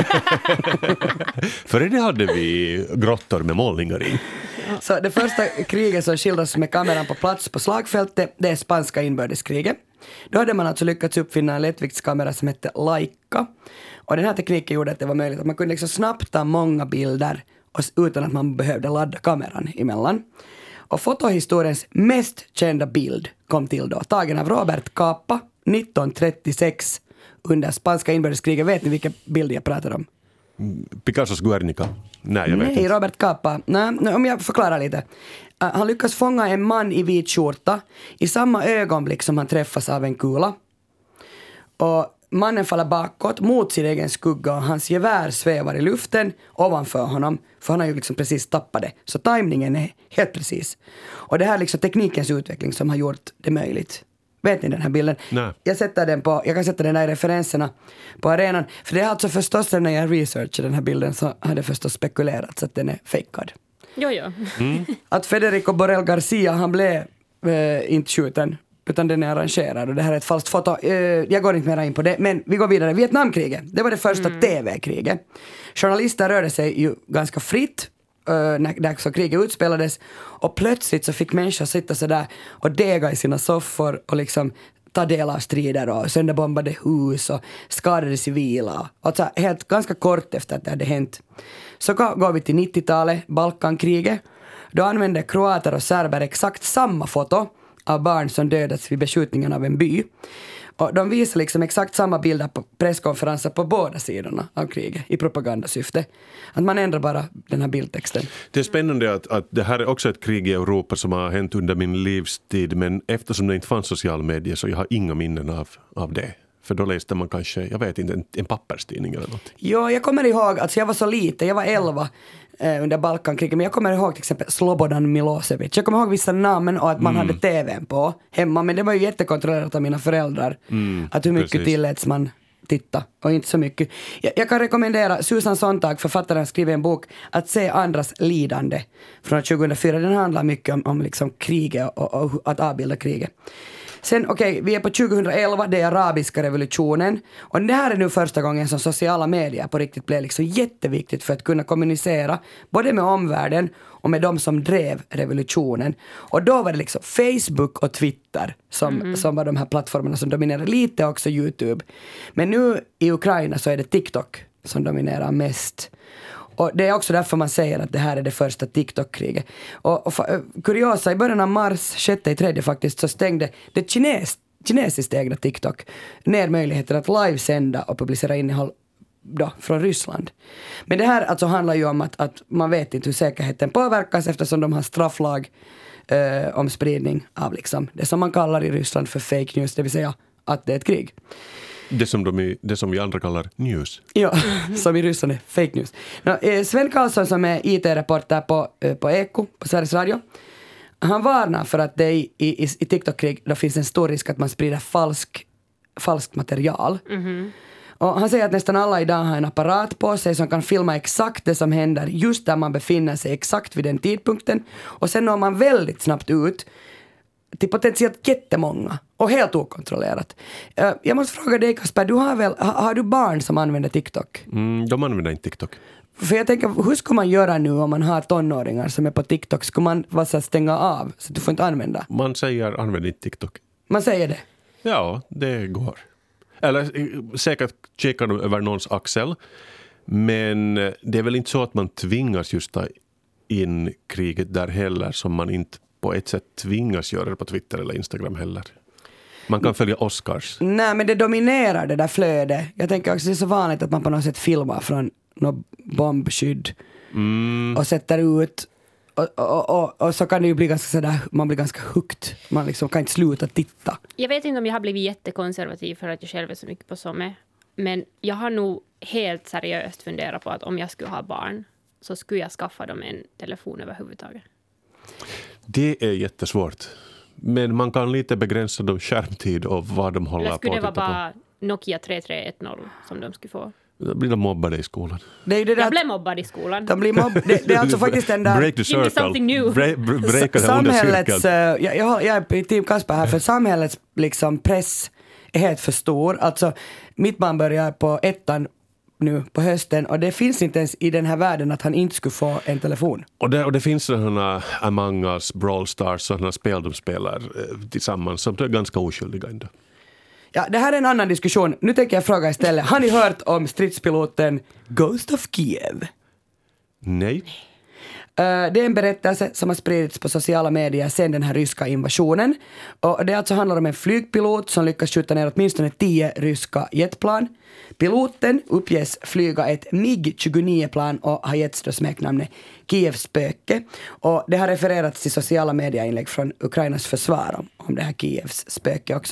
Före det hade vi grottor med målningar i. Så det första kriget som skildras med kameran på plats på slagfältet, det är spanska inbördeskriget. Då hade man alltså lyckats uppfinna en lättviktskamera som hette Leica. Och den här tekniken gjorde att det var möjligt att man kunde liksom snabbt ta många bilder utan att man behövde ladda kameran emellan. Och fotohistoriens mest kända bild kom till då, tagen av Robert Capa nitton trettiosex under spanska inbördeskriget. Vet ni vilken bild jag pratar om? Picassos Guernica? Nej, jag vet Nej, inte. Robert Capa. Nej, om jag förklarar lite. Uh, han lyckas fånga en man i vit skjorta i samma ögonblick som han träffas av en kula. Och mannen faller bakåt mot sin egen skugga och hans gevär svävar i luften ovanför honom. För han har ju liksom precis tappat det. Så tajmingen är helt precis. Och det här är liksom teknikens utveckling som har gjort det möjligt. Vet ni den här bilden? Nej. Jag sätter den på, jag kan sätta den där i referenserna på arenan. För det är alltså förstås när jag researchade den här bilden så hade förstås spekulerats att den är fejkad. Jo, jo. Mm. Att Federico Borrell Garcia, han blev eh, inte skjuten. Utan den är arrangerad och det här är ett falskt foto. Uh, jag går inte mer in på det, men vi går vidare. Vietnamkriget, det var det första mm. T V-kriget. Journalister rörde sig ju ganska fritt uh, när, när så kriget utspelades. Och plötsligt så fick människor sitta så där och dega i sina soffor och liksom ta del av strider och sönderbombade hus och skadade civila. Och så helt ganska kort efter att det hade hänt. Så går vi till nittiotalet, Balkankriget. Då använde kroater och serber exakt samma foto av barn som dödats vid beskjutningen av en by. Och de visar liksom exakt samma bilder på presskonferenser på båda sidorna av kriget i propagandasyfte. Att man ändrar bara den här bildtexten. Det är spännande att, att det här är också ett krig i Europa som har hänt under min livstid, men eftersom det inte fanns sociala medier så jag har inga minnen av, av det. För då läste man kanske, jag vet inte, en, en papperstidning eller något. Jo, jag kommer ihåg, alltså jag var så liten, jag var elva eh, under Balkankriget, men jag kommer ihåg till exempel Slobodan Milosevic. Jag kommer ihåg vissa namn och att man mm. hade tvn på hemma, men det var ju jättekontrollerat av mina föräldrar. Mm, att hur mycket precis. Tilläts man titta och inte så mycket. Jag, jag kan rekommendera Susan Sontag, författaren, skriver en bok Att se andras lidande från tjugohundrafyra. Den handlar mycket om, om liksom kriget och, och att avbilda kriget. Sen, okej, okay, vi är på tjugohundraelva, det är arabiska revolutionen. Och det här är nu första gången som sociala medier på riktigt blev liksom jätteviktigt för att kunna kommunicera både med omvärlden och med de som drev revolutionen. Och då var det liksom Facebook och Twitter som, mm. som var de här plattformarna som dominerade, lite också YouTube. Men nu i Ukraina så är det TikTok som dominerar mest. Och det är också därför man säger att det här är det första TikTok-kriget. Och, och kuriosa, i början av mars, sjätte i tredje faktiskt, så stängde det kines, kinesiskt ägda TikTok ner möjligheten att livesända och publicera innehåll då, från Ryssland. Men det här alltså handlar ju om att, att man vet inte hur säkerheten påverkas eftersom de har strafflag eh, om spridning av liksom, det som man kallar i Ryssland för fake news, det vill säga att det är ett krig. Det som, de är, det som vi andra kallar news. Ja, som i Ryssland är fake news. Nå, eh, Sven Karlsson som är I T-reporter på, eh, på Eko, på Sveriges Radio, han varnar för att det i, i, i TikTok-krig då finns en stor risk att man sprider falsk, falskt material. Mm-hmm. Och han säger att nästan alla idag har en apparat på sig som kan filma exakt det som händer just där man befinner sig exakt vid den tidpunkten. Och sen når man väldigt snabbt ut till potentiellt jättemånga och helt okontrollerat. Uh, jag måste fråga dig, Kasper, du har väl har, har du barn som använder TikTok? Mm, de använder inte TikTok. För jag tänker, hur ska man göra nu om man har tonåringar som är på TikTok? Ska man vara stänga av så att du får inte använda? Man säger använd inte TikTok. Man säger det? Ja, det går. Eller säkert kikar du över någons axel. Men det är väl inte så att man tvingas just ta in kriget där heller, som man inte på ett sätt tvingas göra det på Twitter eller Instagram heller. Man kan följa Oscars. Nej, men det dominerar det där flödet. Jag tänker också att det är så vanligt att man på något sätt filmar från något bombskydd mm. och sätter ut. Och, och, och, och så kan det ju bli ganska sådär, man blir ganska hooked. Man liksom kan inte sluta titta. Jag vet inte om jag har blivit jättekonservativ för att jag själv är så mycket på somme. Men jag har nog helt seriöst funderat på att om jag skulle ha barn så skulle jag skaffa dem en telefon överhuvudtaget. Det är jättesvårt. Men man kan lite begränsa dem skärmtid och vad de håller på att titta på. Eller skulle det vara bara Nokia tre tre ett noll som de skulle få? Då blir de mobbade i skolan. Det är det där jag blev mobbad i skolan. De blir mobb- det, det är alltså faktiskt den där... Break the circle. Give me something new. Bre- bre- breaka den onda samhällets, uh, jag, jag, jag är Team Kasper här, för samhällets liksom, press är helt för stor. Alltså, mitt barn börjar på ettan nu på hösten och det finns inte ens i den här världen att han inte skulle få en telefon. Och det, och det finns sådana Among Us, Brawl Stars, sådana spel de spelar eh, tillsammans som är ganska oskyldiga ändå. Ja, det här är en annan diskussion. Nu tänker jag fråga istället. Har ni hört om stridspiloten Ghost of Kiev? Nej. Uh, det är en berättelse som har spridits på sociala medier sedan den här ryska invasionen. Och det alltså handlar om en flygpilot som lyckas skjuta ner åtminstone tio ryska jetplan. Piloten uppges flyga ett MiG tjugonio-plan och har getts då smeknamnet Kievs spöke. Och det har refererats till sociala medieinlägg från Ukrainas försvar om, om det här Kievs spöke också.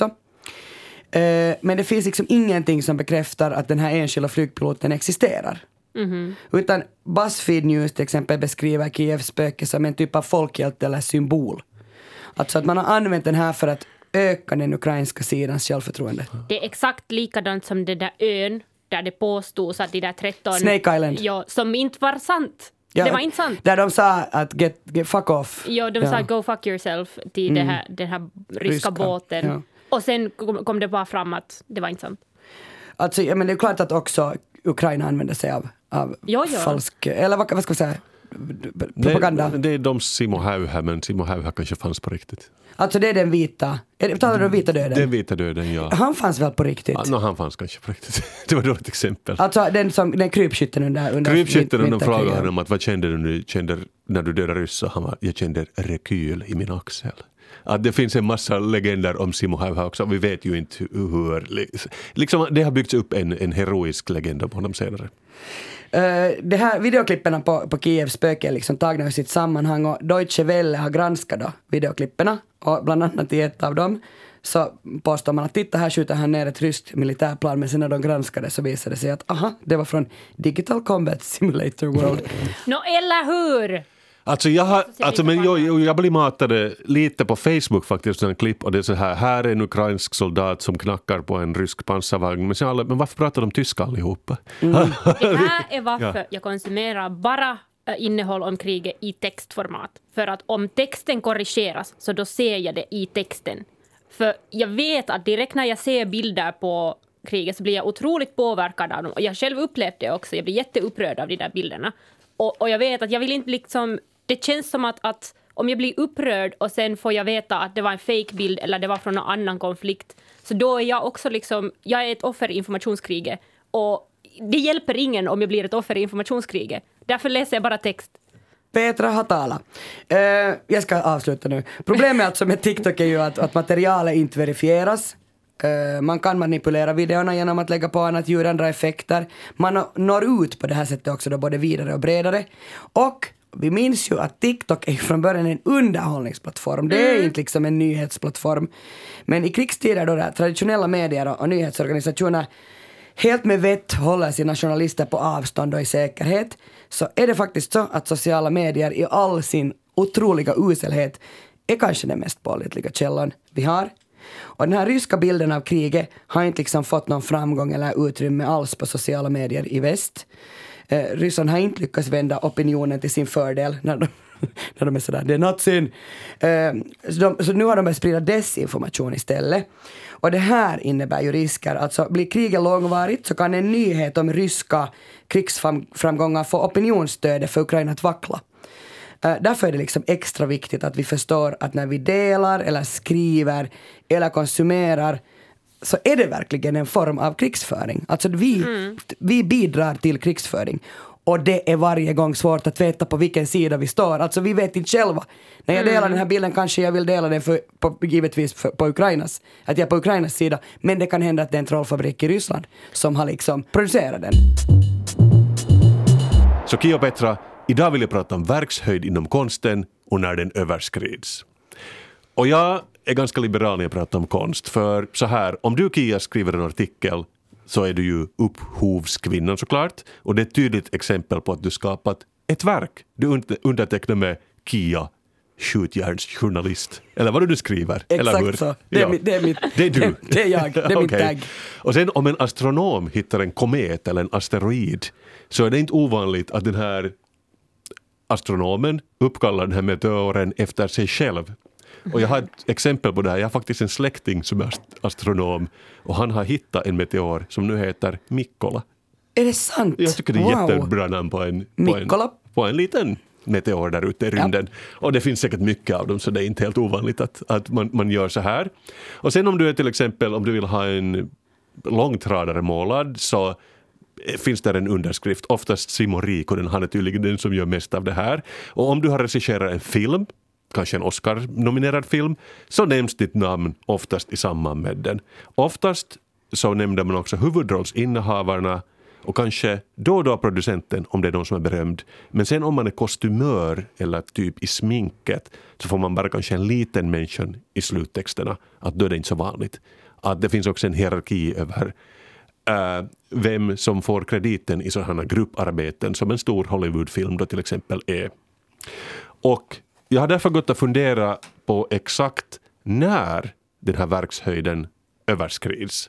Uh, men det finns liksom ingenting som bekräftar att den här enskilda flygpiloten existerar. Mm-hmm. Utan BuzzFeed News till exempel beskriver Kievs spöke som en typ av folkhjälte eller symbol. Alltså att man har använt den här för att öka den ukrainska sidans självförtroende. Det är exakt likadant som det där ön där det påstods att de där tretton... Snake Island. Ja, som inte var sant. Ja, det var inte sant. Där de sa att get, get fuck off. Ja, de ja. sa go fuck yourself till mm. det här, den här ryska, ryska. båten. Ja. Och sen kom, kom det bara fram att det var inte sant. Alltså, ja, men det är klart att också Ukraina använder sig av, av jo, jo. falsk, eller vad, vad ska vi säga, propaganda. Det, det är de Simo Häyhä, men Simo Häyhä kanske fanns på riktigt. Alltså det är den vita. Talar du om vita döden? Den vita döden, ja. Han fanns väl på riktigt? Ja, no, han fanns kanske på riktigt. Det var då ett exempel. Alltså den, som, den krypskytten under, under krypskytten under frågade honom att vad kände du nu, kände, när du dödade ryssar? Han var, jag kände rekyl i min axel. Att det finns en massa legender om Simo Häyhä också. Vi vet ju inte hur... Liksom, det har byggts upp en, en heroisk legend om honom senare. Uh, det här videoklipperna på, på Kievs spöke är liksom tagna i sitt sammanhang och Deutsche Welle har granskat då videoklipperna och bland annat i ett av dem så påstår man att titta här skjuter han ner ett ryskt militärplan, men sen när de granskade så visade det sig att aha, det var från Digital Combat Simulator World. Nå, eller hur? Alltså jag, har, alltså men jag, jag blir matade lite på Facebook faktiskt en klipp och det är så här, här är en ukrainsk soldat som knackar på en rysk pansarvagn, men, sen alla, men varför pratar de tyska allihopa? Mm. Det här är varför ja. jag konsumerar bara innehåll om kriget i textformat, för att om texten korrigeras så då ser jag det i texten, för jag vet att direkt när jag ser bilder på kriget så blir jag otroligt påverkad av dem, och jag själv upplevt det också, jag blir jätteupprörd av de där bilderna, och, och jag vet att jag vill inte liksom. Det känns som att, att om jag blir upprörd och sen får jag veta att det var en fake-bild eller det var från någon annan konflikt, så då är jag också liksom, jag är ett offer i informationskriget, och det hjälper ingen om jag blir ett offer i informationskriget. Därför läser jag bara text. Petra Hatala. Uh, jag ska avsluta nu. Problemet alltså med TikTok är ju att, att materialet inte verifieras. Uh, man kan manipulera videorna genom att lägga på annat ljud, andra effekter. Man når ut på det här sättet också då, både vidare och bredare. Och vi minns ju att TikTok är från början en underhållningsplattform. Det är mm. inte liksom en nyhetsplattform. Men i krigstider då där traditionella medier och nyhetsorganisationer helt med vett håller sina journalister på avstånd och i säkerhet, så är det faktiskt så att sociala medier i all sin otroliga uselhet är kanske den mest pålitliga källan vi har. Och den här ryska bilden av kriget har inte liksom fått någon framgång eller utrymme alls på sociala medier i väst. Eh, Ryssland har inte lyckats vända opinionen till sin fördel när de, när de är sådär, det är natsin. Eh, så, de, så nu har de börjat sprida desinformation istället. Och det här innebär ju risker. Alltså blir kriget långvarigt så kan en nyhet om ryska krigsframgångar få opinionsstödet för Ukraina att vackla. Uh, därför är det liksom extra viktigt att vi förstår att när vi delar eller skriver eller konsumerar så är det verkligen en form av krigsföring. Alltså vi, mm. vi bidrar till krigsföring. Och det är varje gång svårt att veta på vilken sida vi står. Alltså vi vet inte själva. När jag delar mm. den här bilden kanske jag vill dela den för, på, givetvis för, på Ukrainas. Att jag är på Ukrainas sida. Men det kan hända att det är en trollfabrik i Ryssland som har liksom producerat den. Så Kia och Petra, idag vill jag prata om verkshöjd inom konsten och när den överskrids. Och jag är ganska liberal när jag pratar om konst. För så här, om du Kia skriver en artikel så är du ju upphovskvinnan såklart. Och det är ett tydligt exempel på att du skapat ett verk. Du undertecknar med Kia, skjutjärnsjournalist. Eller vad du skriver. Exakt eller hur? Så. Det är, ja. mitt, det är mitt. Det är du. Det, det är jag. Det är min okay. tagg. Och sen om en astronom hittar en komet eller en asteroid så är det inte ovanligt att den här astronomen uppkallar den här meteoren efter sig själv. Och jag har ett exempel på det här. Jag har faktiskt en släkting som är astronom och han har hittat en meteor som nu heter Mikkola. Är det sant? Jag tycker det är wow. jättebra namn på en, på, en, på en liten meteor där ute i rymden. Ja. Och det finns säkert mycket av dem så det är inte helt ovanligt att, att man, man gör så här. Och sen om du är till exempel, om du vill ha en långtradare målad så finns där en underskrift, oftast Simo Riikonen, han är tydligen den som gör mest av det här. Och om du har regisserat en film, kanske en Oscar-nominerad film, så nämns ditt namn oftast i samband med den. Oftast så nämnde man också huvudrollsinnehavarna och kanske då och då producenten om det är de som är berömd. Men sen om man är kostymör eller typ i sminket så får man bara kanske en liten mention i sluttexterna. Att då är det inte så vanligt. Att det finns också en hierarki över Uh, vem som får krediten i sådana grupparbeten som en stor Hollywoodfilm då till exempel är. Och jag har därför gått att fundera på exakt när den här verkshöjden överskrids.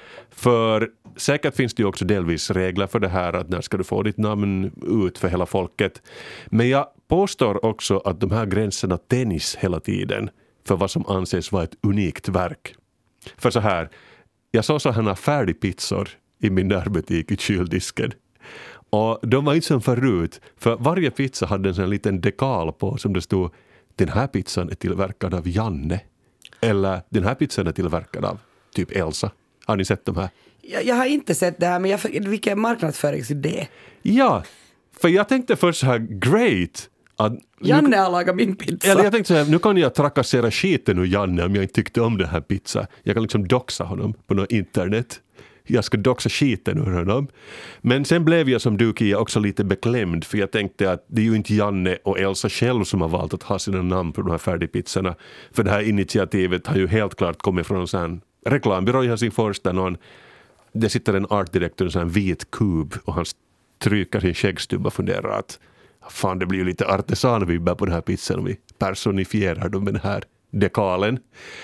För säkert finns det ju också delvis regler för det här att när ska du få ditt namn ut för hela folket. Men jag påstår också att de här gränserna tänjs hela tiden för vad som anses vara ett unikt verk. För så här, jag såg så här färdigpizzor i min närbutik i kyldisken. Och de var inte som förut, för varje pizza hade en sån liten dekal på som det stod den här pizzan är tillverkad av Janne. Eller den här pizzan är tillverkad av typ Elsa. Har ni sett de här? Jag, jag har inte sett det här, men jag, vilken marknadsföringsidé. Ja, för jag tänkte först så här, great. Att Janne har lagat min pizza. Eller jag tänkte så här, nu kan jag trakassera skiten ur Janne om jag inte tyckte om den här pizza. Jag kan liksom doxa honom på något internet. Jag ska doxa skiten ur honom. Men sen blev jag som du, Kia, också lite beklämd. För jag tänkte att det är ju inte Janne och Elsa själv som har valt att ha sina namn på de här färdigpizzorna. För det här initiativet har ju helt klart kommit från en sån reklambyrå i Helsingfors där någon, det sitter en art director, en sån vit kub, och han stryker sin skäggstubba och funderar att fan, det blir ju lite artesanvibbar på den här pizzan om vi personifierar dem med den här dekalen.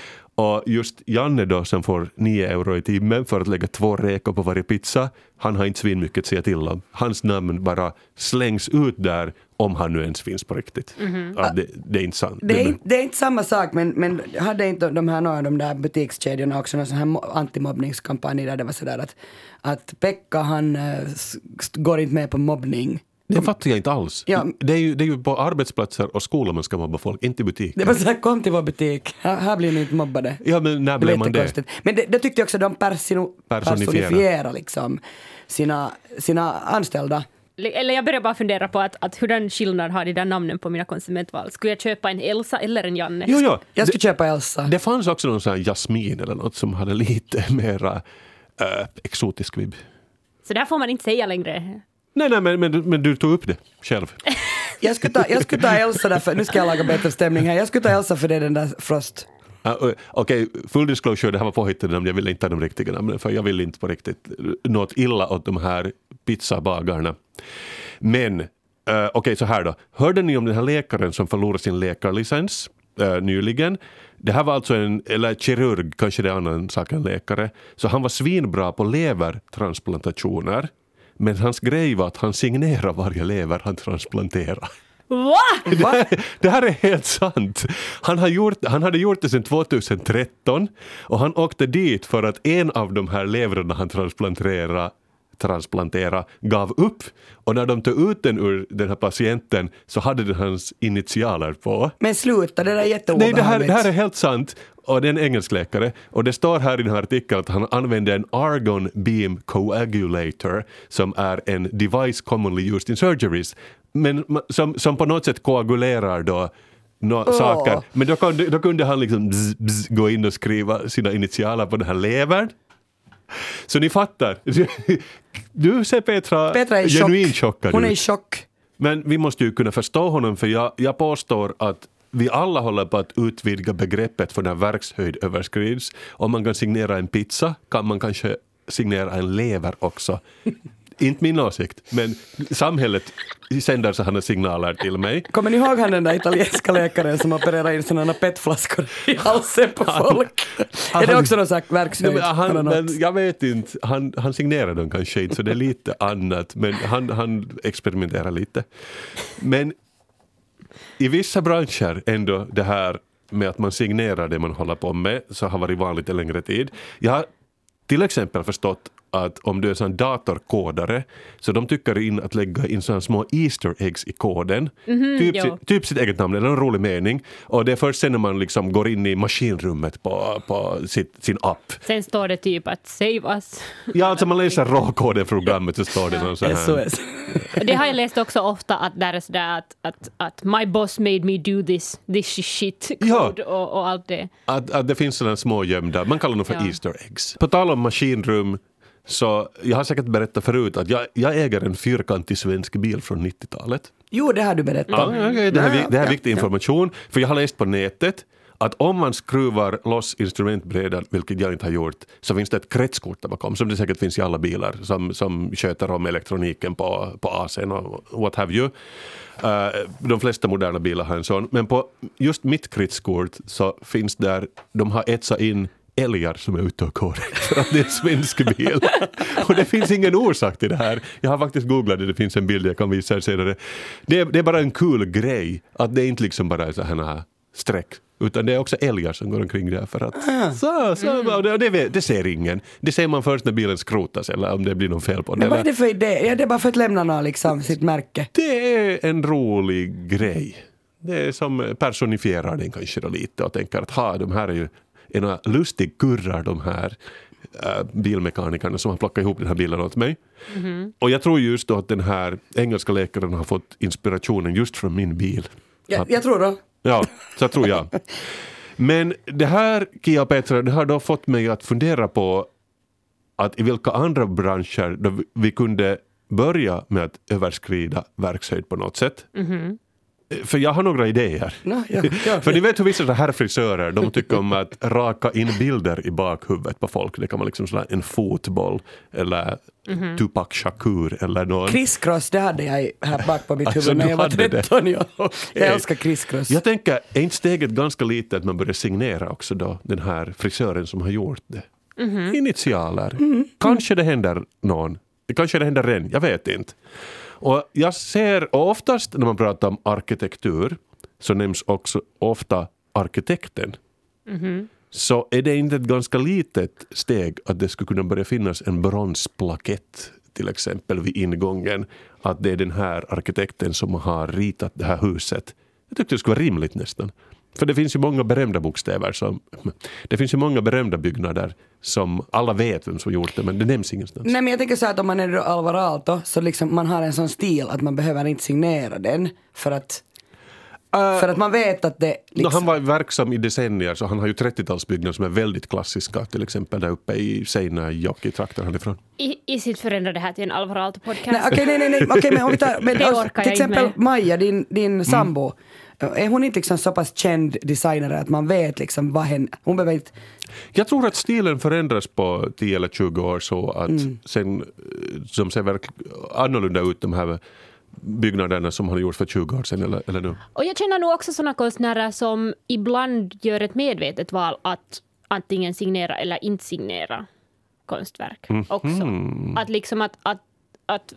Och just Janne då, som får nio euro i timmen för att lägga två räkor på varje pizza, han har inte svin mycket att säga till om. Hans namn bara slängs ut där, om han nu ens finns på riktigt. Mm-hmm. Ja, det, det är inte sant. Det är, det är inte samma sak, men, men hade inte de här, några av de där butikskedjorna också någon sån här antimobbningskampanj där det var sådär att, att Pekka, han äh, går inte med på mobbning. Det fattar jag inte alls. Ja. Det, är ju, det är ju på arbetsplatser och skolor man ska mobba folk, inte i butik. Det var så här, kom till vår butik. Här, här blir ni inte mobbade. Ja, men när blev man det? Men det, det tyckte jag också de persino, personifierar liksom sina, sina anställda. Eller jag börjar bara fundera på att, att hur den skillnad har de där namnen på mina konsumentval. Skulle jag köpa en Elsa eller en Janne? Jo, jo. Jag skulle det, köpa Elsa. Det fanns också någon sån här Jasmin eller något som hade lite mera äh, exotisk vibb. Så där får man inte säga längre. Nej, nej, men, men, men du tog upp det själv. jag, skulle ta, jag skulle ta Elsa därför, nu ska jag laga bättre stämning här. Jag skulle ta Elsa för det är den där Frost. Uh, Okej, okay, full disclosure, det här var påhittat namn. Jag vill inte ha de riktiga namnen, för jag vill inte på riktigt något illa åt de här pizzabagarna. Men, uh, okej okay, så här då. Hörde ni om den här läkaren som förlorade sin läkarlicens uh, nyligen? Det här var alltså en, eller kirurg, kanske det är annan sak än läkare. Så han var svinbra på levertransplantationer. Men hans grej var att han signerar varje lever han transplanterar. What? Det, här, det här är helt sant. Han, har gjort, han hade gjort det sedan tjugohundratretton och han åkte dit för att en av de här leverna han transplanterade transplantera gav upp, och när de tog ut den ur den här patienten så hade den hans initialer på. Men sluta, det där är jätteobehagligt. Nej, det här, det här är helt sant, och det är en engelsk läkare, och det står här i den här artikeln att han använde en argon beam coagulator som är en device commonly used in surgeries, men som, som på något sätt koagulerar då no, oh. saker, men då kunde, då kunde han liksom bzz, bzz, gå in och skriva sina initialer på den här levern. Så ni fattar. Du ser Petra, Petra är genuint chockad. Hon är i chock. Men vi måste ju kunna förstå honom, för jag, jag påstår att vi alla håller på att utvidga begreppet för när verkshöjd överskrids. Om man kan signera en pizza kan man kanske signera en lever också. Inte min åsikt, men samhället sänder så här signaler till mig. Kommer ni ihåg han den där italienska läkaren som opererar in sådana petflaskor i halsen på folk? Han, är det också någon slags verkshöjd? Nej, han, men jag vet inte, han, han signerar dem kanske inte, så det är lite annat, men han, han experimenterar lite. Men i vissa branscher ändå det här med att man signerar det man håller på med så har varit vanligt en längre tid. Jag har till exempel förstått att om du är sån datorkodare så de tycker in att lägga in såna små Easter eggs i koden. Mm-hmm, typ, sitt, typ sitt eget namn, det är en rolig mening. Och det är först sen när man liksom går in i maskinrummet på, på sitt, sin app. Sen står det typ att save us. Ja, alltså man läser råkoden från programmet så står det någon sån här. S O S. Det har jag läst också ofta att där är sådär att, att, att my boss made me do this, this shit code ja. och, och allt det. Att, att det finns sådana små gömda, man kallar dem för ja. Easter eggs. På tal om maskinrum, så jag har säkert berättat förut att jag, jag äger en fyrkantig svensk bil från nittiotalet. Jo, det har du berättat. Ja, okay, det här, det här är viktig information. För jag har läst på nätet att om man skruvar loss instrumentbrädan, vilket jag inte har gjort, så finns det ett kretskort där bakom, som det säkert finns i alla bilar, som, som sköter om elektroniken på, på A C och what have you. Uh, de flesta moderna bilar har en sån. Men på just mitt kretskort så finns där, de har etsat in älgar som är ute och går för att det är en svensk bil. Och det finns ingen orsak till det här. Jag har faktiskt googlat det, det finns en bild jag kan visa er senare. Det är, det är bara en kul grej att det är inte liksom bara så här streck utan det är också älgar som går omkring där för att så, så, mm. det, det, det ser ingen. Det ser man först när bilen skrotas eller om det blir någon fel på den. Men vad är det för idé? Ja, det är bara för att lämna någon, liksom, sitt märke. Det är en rolig grej. Det är som personifierar den kanske då lite och tänker att ha, de här är ju ena lustig kurrar, de här äh, bilmekanikerna som har plockat ihop den här bilen åt mig. Mm-hmm. Och jag tror just då att den här engelska läkaren har fått inspirationen just från min bil. Ja, att, jag tror då. Ja, så tror jag. Men det här, Kia och Petra, det har då fått mig att fundera på att i vilka andra branscher då vi kunde börja med att överskrida verkshöjd på något sätt. Mm-hmm. För jag har några idéer. No, ja, ja. För ni vet hur vissa här frisörer, de tycker om att raka in bilder i bakhuvudet på folk. Det kan vara liksom sådär en fotboll eller mm-hmm. Tupac Shakur eller någon. Crisscross, det hade jag här bak på mitt alltså, huvud när jag var tretton. Ja. Jag älskar crisscross. Jag tänker, är inte steget ganska lite att man börjar signera också då den här frisören som har gjort det? Mm-hmm. Initialer. Mm-hmm. Kanske det händer någon. Kanske det händer en, jag vet inte. Och jag ser oftast när man pratar om arkitektur så nämns också ofta arkitekten. Mm-hmm. Så är det inte ett ganska litet steg att det skulle kunna börja finnas en bronsplakett till exempel vid ingången. Att det är den här arkitekten som har ritat det här huset. Jag tyckte det skulle vara rimligt nästan. För det finns ju många berömda bokstäver som, det finns ju många berömda byggnader som alla vet vem som gjort det, men det nämns ingenstans. Nej, men jag tänker så att om man är Alvar Aalto så liksom man har en sån stil att man behöver inte signera den för att uh, för att man vet att det liksom... Han var verksam i decennier så han har ju trettiotalsbyggnader som är väldigt klassiska, till exempel där uppe i Seinäjoki trakten härifrån. I, i sitt förändrade här till en Alvar Aalto-podcast. Nej, okej, nej, nej, nej. Okej, men om vi tar men, alltså, till exempel Maja, din, din mm. sambo. Är hon inte liksom så pass känd designare att man vet liksom vad hen, hon behöver inte... Jag tror att stilen förändras på tio eller tjugo år så att mm. sen som ser verkligen annorlunda ut de här byggnaderna som har gjorts för tjugo år sedan eller, eller nu. Och jag känner nog också sådana konstnärer som ibland gör ett medvetet val att antingen signera eller inte signera konstverk mm. också. Mm. Att liksom att, att att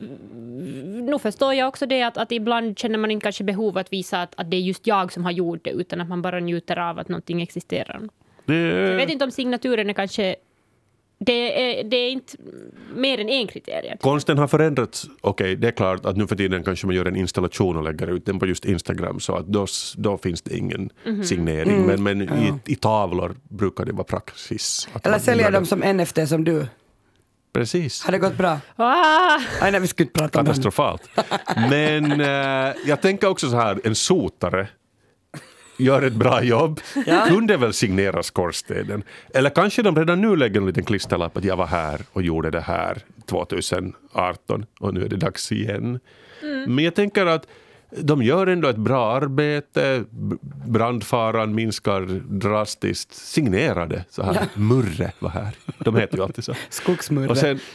nu förstår jag också det att, att ibland känner man inte kanske behov att visa att, att det är just jag som har gjort det utan att man bara njuter av att någonting existerar. Det... Jag vet inte om signaturen är kanske det är, det är inte mer än en kriterie. Konsten har förändrats. Okej, okay, det är klart att nu för tiden kanske man gör en installation och lägger ut den på just Instagram så att då, då finns det ingen mm-hmm. signering. Mm. Men, men ja. i, i tavlor brukar det vara praxis. Eller säljer de som N F T som du? Precis. Har det gått bra? Ah! Nej, nej, vi skulle inte prata om katastrofalt. Men äh, jag tänker också så här, en sotare gör ett bra jobb. Ja. Kunde väl signera skorstenen. Eller kanske de redan nu lägger en liten klisterlapp att jag var här och gjorde det här tjugoarton och nu är det dags igen. Mm. Men jag tänker att de gör ändå ett bra arbete. Brandfaran minskar drastiskt. Signerade så här. Ja. Murre var här. De heter ju alltid så. Skogsmurre. Och sen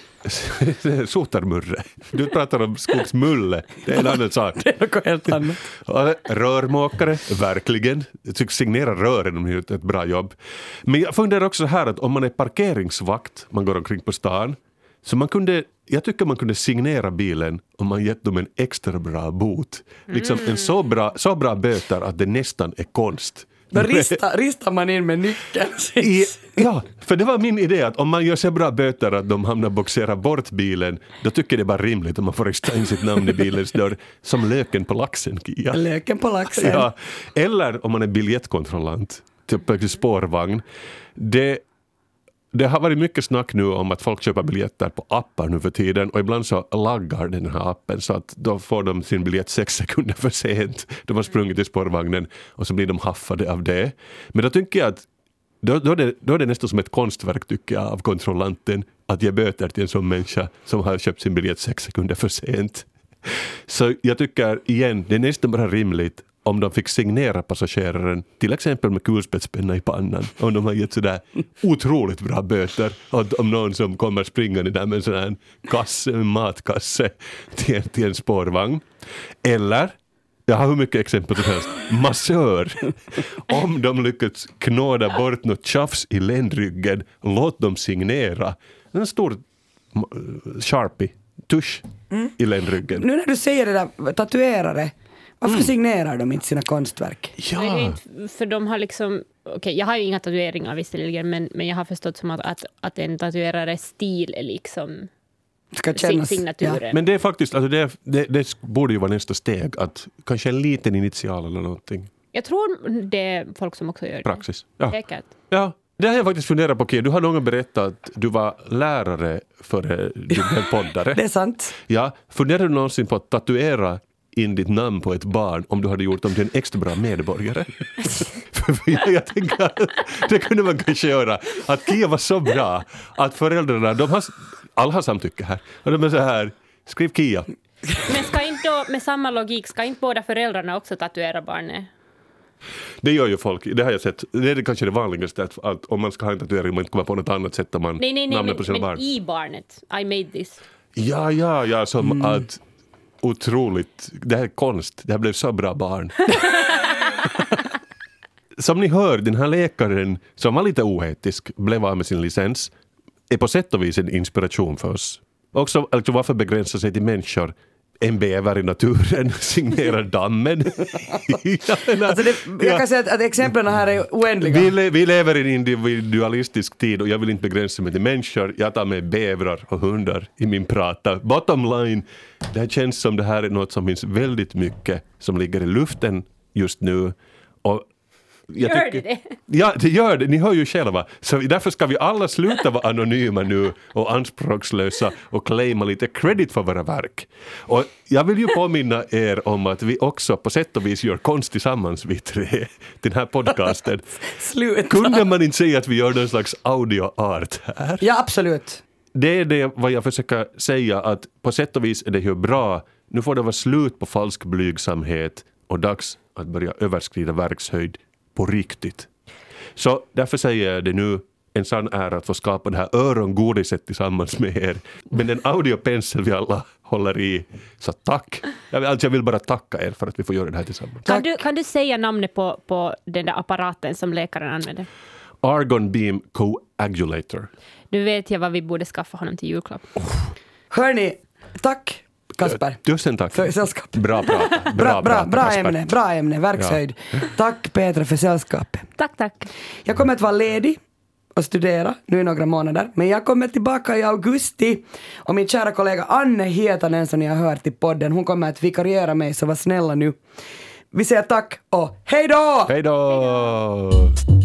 sotarmurre. Du pratar om skogsmulle. Det är en annan sak. Det är något helt annat. Rörmåkare, verkligen. Jag tycker signera rören om gjort ett bra jobb. Men jag funderar också här att om man är parkeringsvakt, man går omkring på stan, så man kunde, jag tycker man kunde signera bilen om man gett dem en extra bra bot. Liksom mm. en så bra, så bra böter att det nästan är konst. Då ristar, ristar man in med nyckeln. I, ja, för det var min idé att om man gör så bra böter att de hamnar boxera bort bilen, då tycker det är bara rimligt om man får extra in sitt namn i bilens dörr som löken på laxen, Kia. Löken på laxen. Ja, eller om man är biljettkontrollant, typ spårvagn. Det Det har varit mycket snack nu om att folk köper biljetter på appar nu för tiden och ibland så laggar den här appen så att då får de sin biljett sex sekunder för sent. De har sprungit i spårvagnen och så blir de haffade av det. Men då tycker jag att då, då, är det, då är det nästan som ett konstverk tycker jag av kontrollanten att ge böter till en sån människa som har köpt sin biljett sex sekunder för sent. Så jag tycker igen, det är nästan bara rimligt om de fick signera passageraren till exempel med kulspetspenna i pannan om de har gett sådär otroligt bra böter och om någon som kommer springande där med en sån här kasse, en matkasse till, till en spårvagn. Eller, jag har hur mycket exempel som helst, massör. Om de lyckats knåda bort något tjafs i ländryggen, låt dem signera en stor Sharpie tusch mm. i ländryggen. Nu när du säger det där, tatuerare, Varför mm. signerar de inte sina konstverk? Ja. Det är inte, för de har liksom, okej, okay, jag har ju inga tatueringar visserligen, men, men jag har förstått som att, att, att en tatuerares stil är liksom ska kännas, signaturen. Ja. Men det är faktiskt, alltså det, det, det borde ju vara nästa steg, att kanske en liten initial eller någonting. Jag tror det är folk som också gör det. Praxis. Ja. Säkert. Ja. Det har jag faktiskt funderat på, Kia. Du har någon berättat att du var lärare före du blev poddare. Det är sant. Ja, funderar du någonsin på att tatuera in ditt namn på ett barn om du hade gjort dem till en extra bra medborgare? För jag, jag tänker att det kunde man kanske göra. Att Kia var så bra att föräldrarna, de har, alla har samtycke här. Och de är så här, skriv Kia. Men ska inte då, med samma logik, ska inte båda föräldrarna också tatuera barnet? Det gör ju folk, det har jag sett. Det är kanske det vanligaste att, att om man ska ha en tatuering man inte kommer på något annat sätt om man nej, nej, nej, namnar men, på sina men barn. I barnet, I made this. Ja, ja, ja, som Mm. att otroligt, det här är konst, det här blev så bra barn. Som ni hör, den här läkaren som var lite oetisk, blev av med sin licens, är på sätt och vis en inspiration för oss. Också alltså, varför begränsa sig till människor? En bäver i naturen signerar dammen. ja, men, Alltså det, jag ja. kan säga att, att exemplen här är oändliga. Vi, le, vi lever i en individualistisk tid och jag vill inte begränsa mig till människor. Jag tar med bävrar och hundar i min prata. Bottom line, det här känns som det här är något som finns väldigt mycket som ligger i luften just nu. Och jag Gör tycker, det det? Ja, det gör det. Ni hör ju själva. Så därför ska vi alla sluta vara anonyma nu och anspråkslösa och claima lite credit för våra verk. Och jag vill ju påminna er om att vi också på sätt och vis gör konst tillsammans, vi tre, den här podcasten. Sluta. Kunde man inte säga att vi gör någon slags audioart här? Ja, absolut. Det är det vad jag försöker säga, att på sätt och vis är det ju bra. Nu får det vara slut på falsk blygsamhet och dags att börja överskrida verkshöjd på riktigt. Så därför säger jag det nu, en sann ära att få skapa det här örongodiset tillsammans med er. Men den audiopensel vi alla håller i, så tack. Jag vill, alltså jag vill bara tacka er för att vi får göra det här tillsammans. Kan du, kan du säga namnet på, på den där apparaten som läkaren använder? Argon Beam Coagulator. Du vet jag vad vi borde skaffa honom till julklapp. Hörni, tack Kasper. Tusen tack. För sällskap. Bra prat. Bra, Bra, bra, prat, bra Kasper. ämne, bra ämne, verkshöjd. Ja. Tack Petra för sällskapet. Tack, tack. Jag kommer att vara ledig och studera nu i några månader. Men jag kommer tillbaka i augusti. Och min kära kollega Anne Hietanen som ni har hört i podden, hon kommer att vikariera mig, så var snälla nu. Vi säger tack och hej då! Hej då!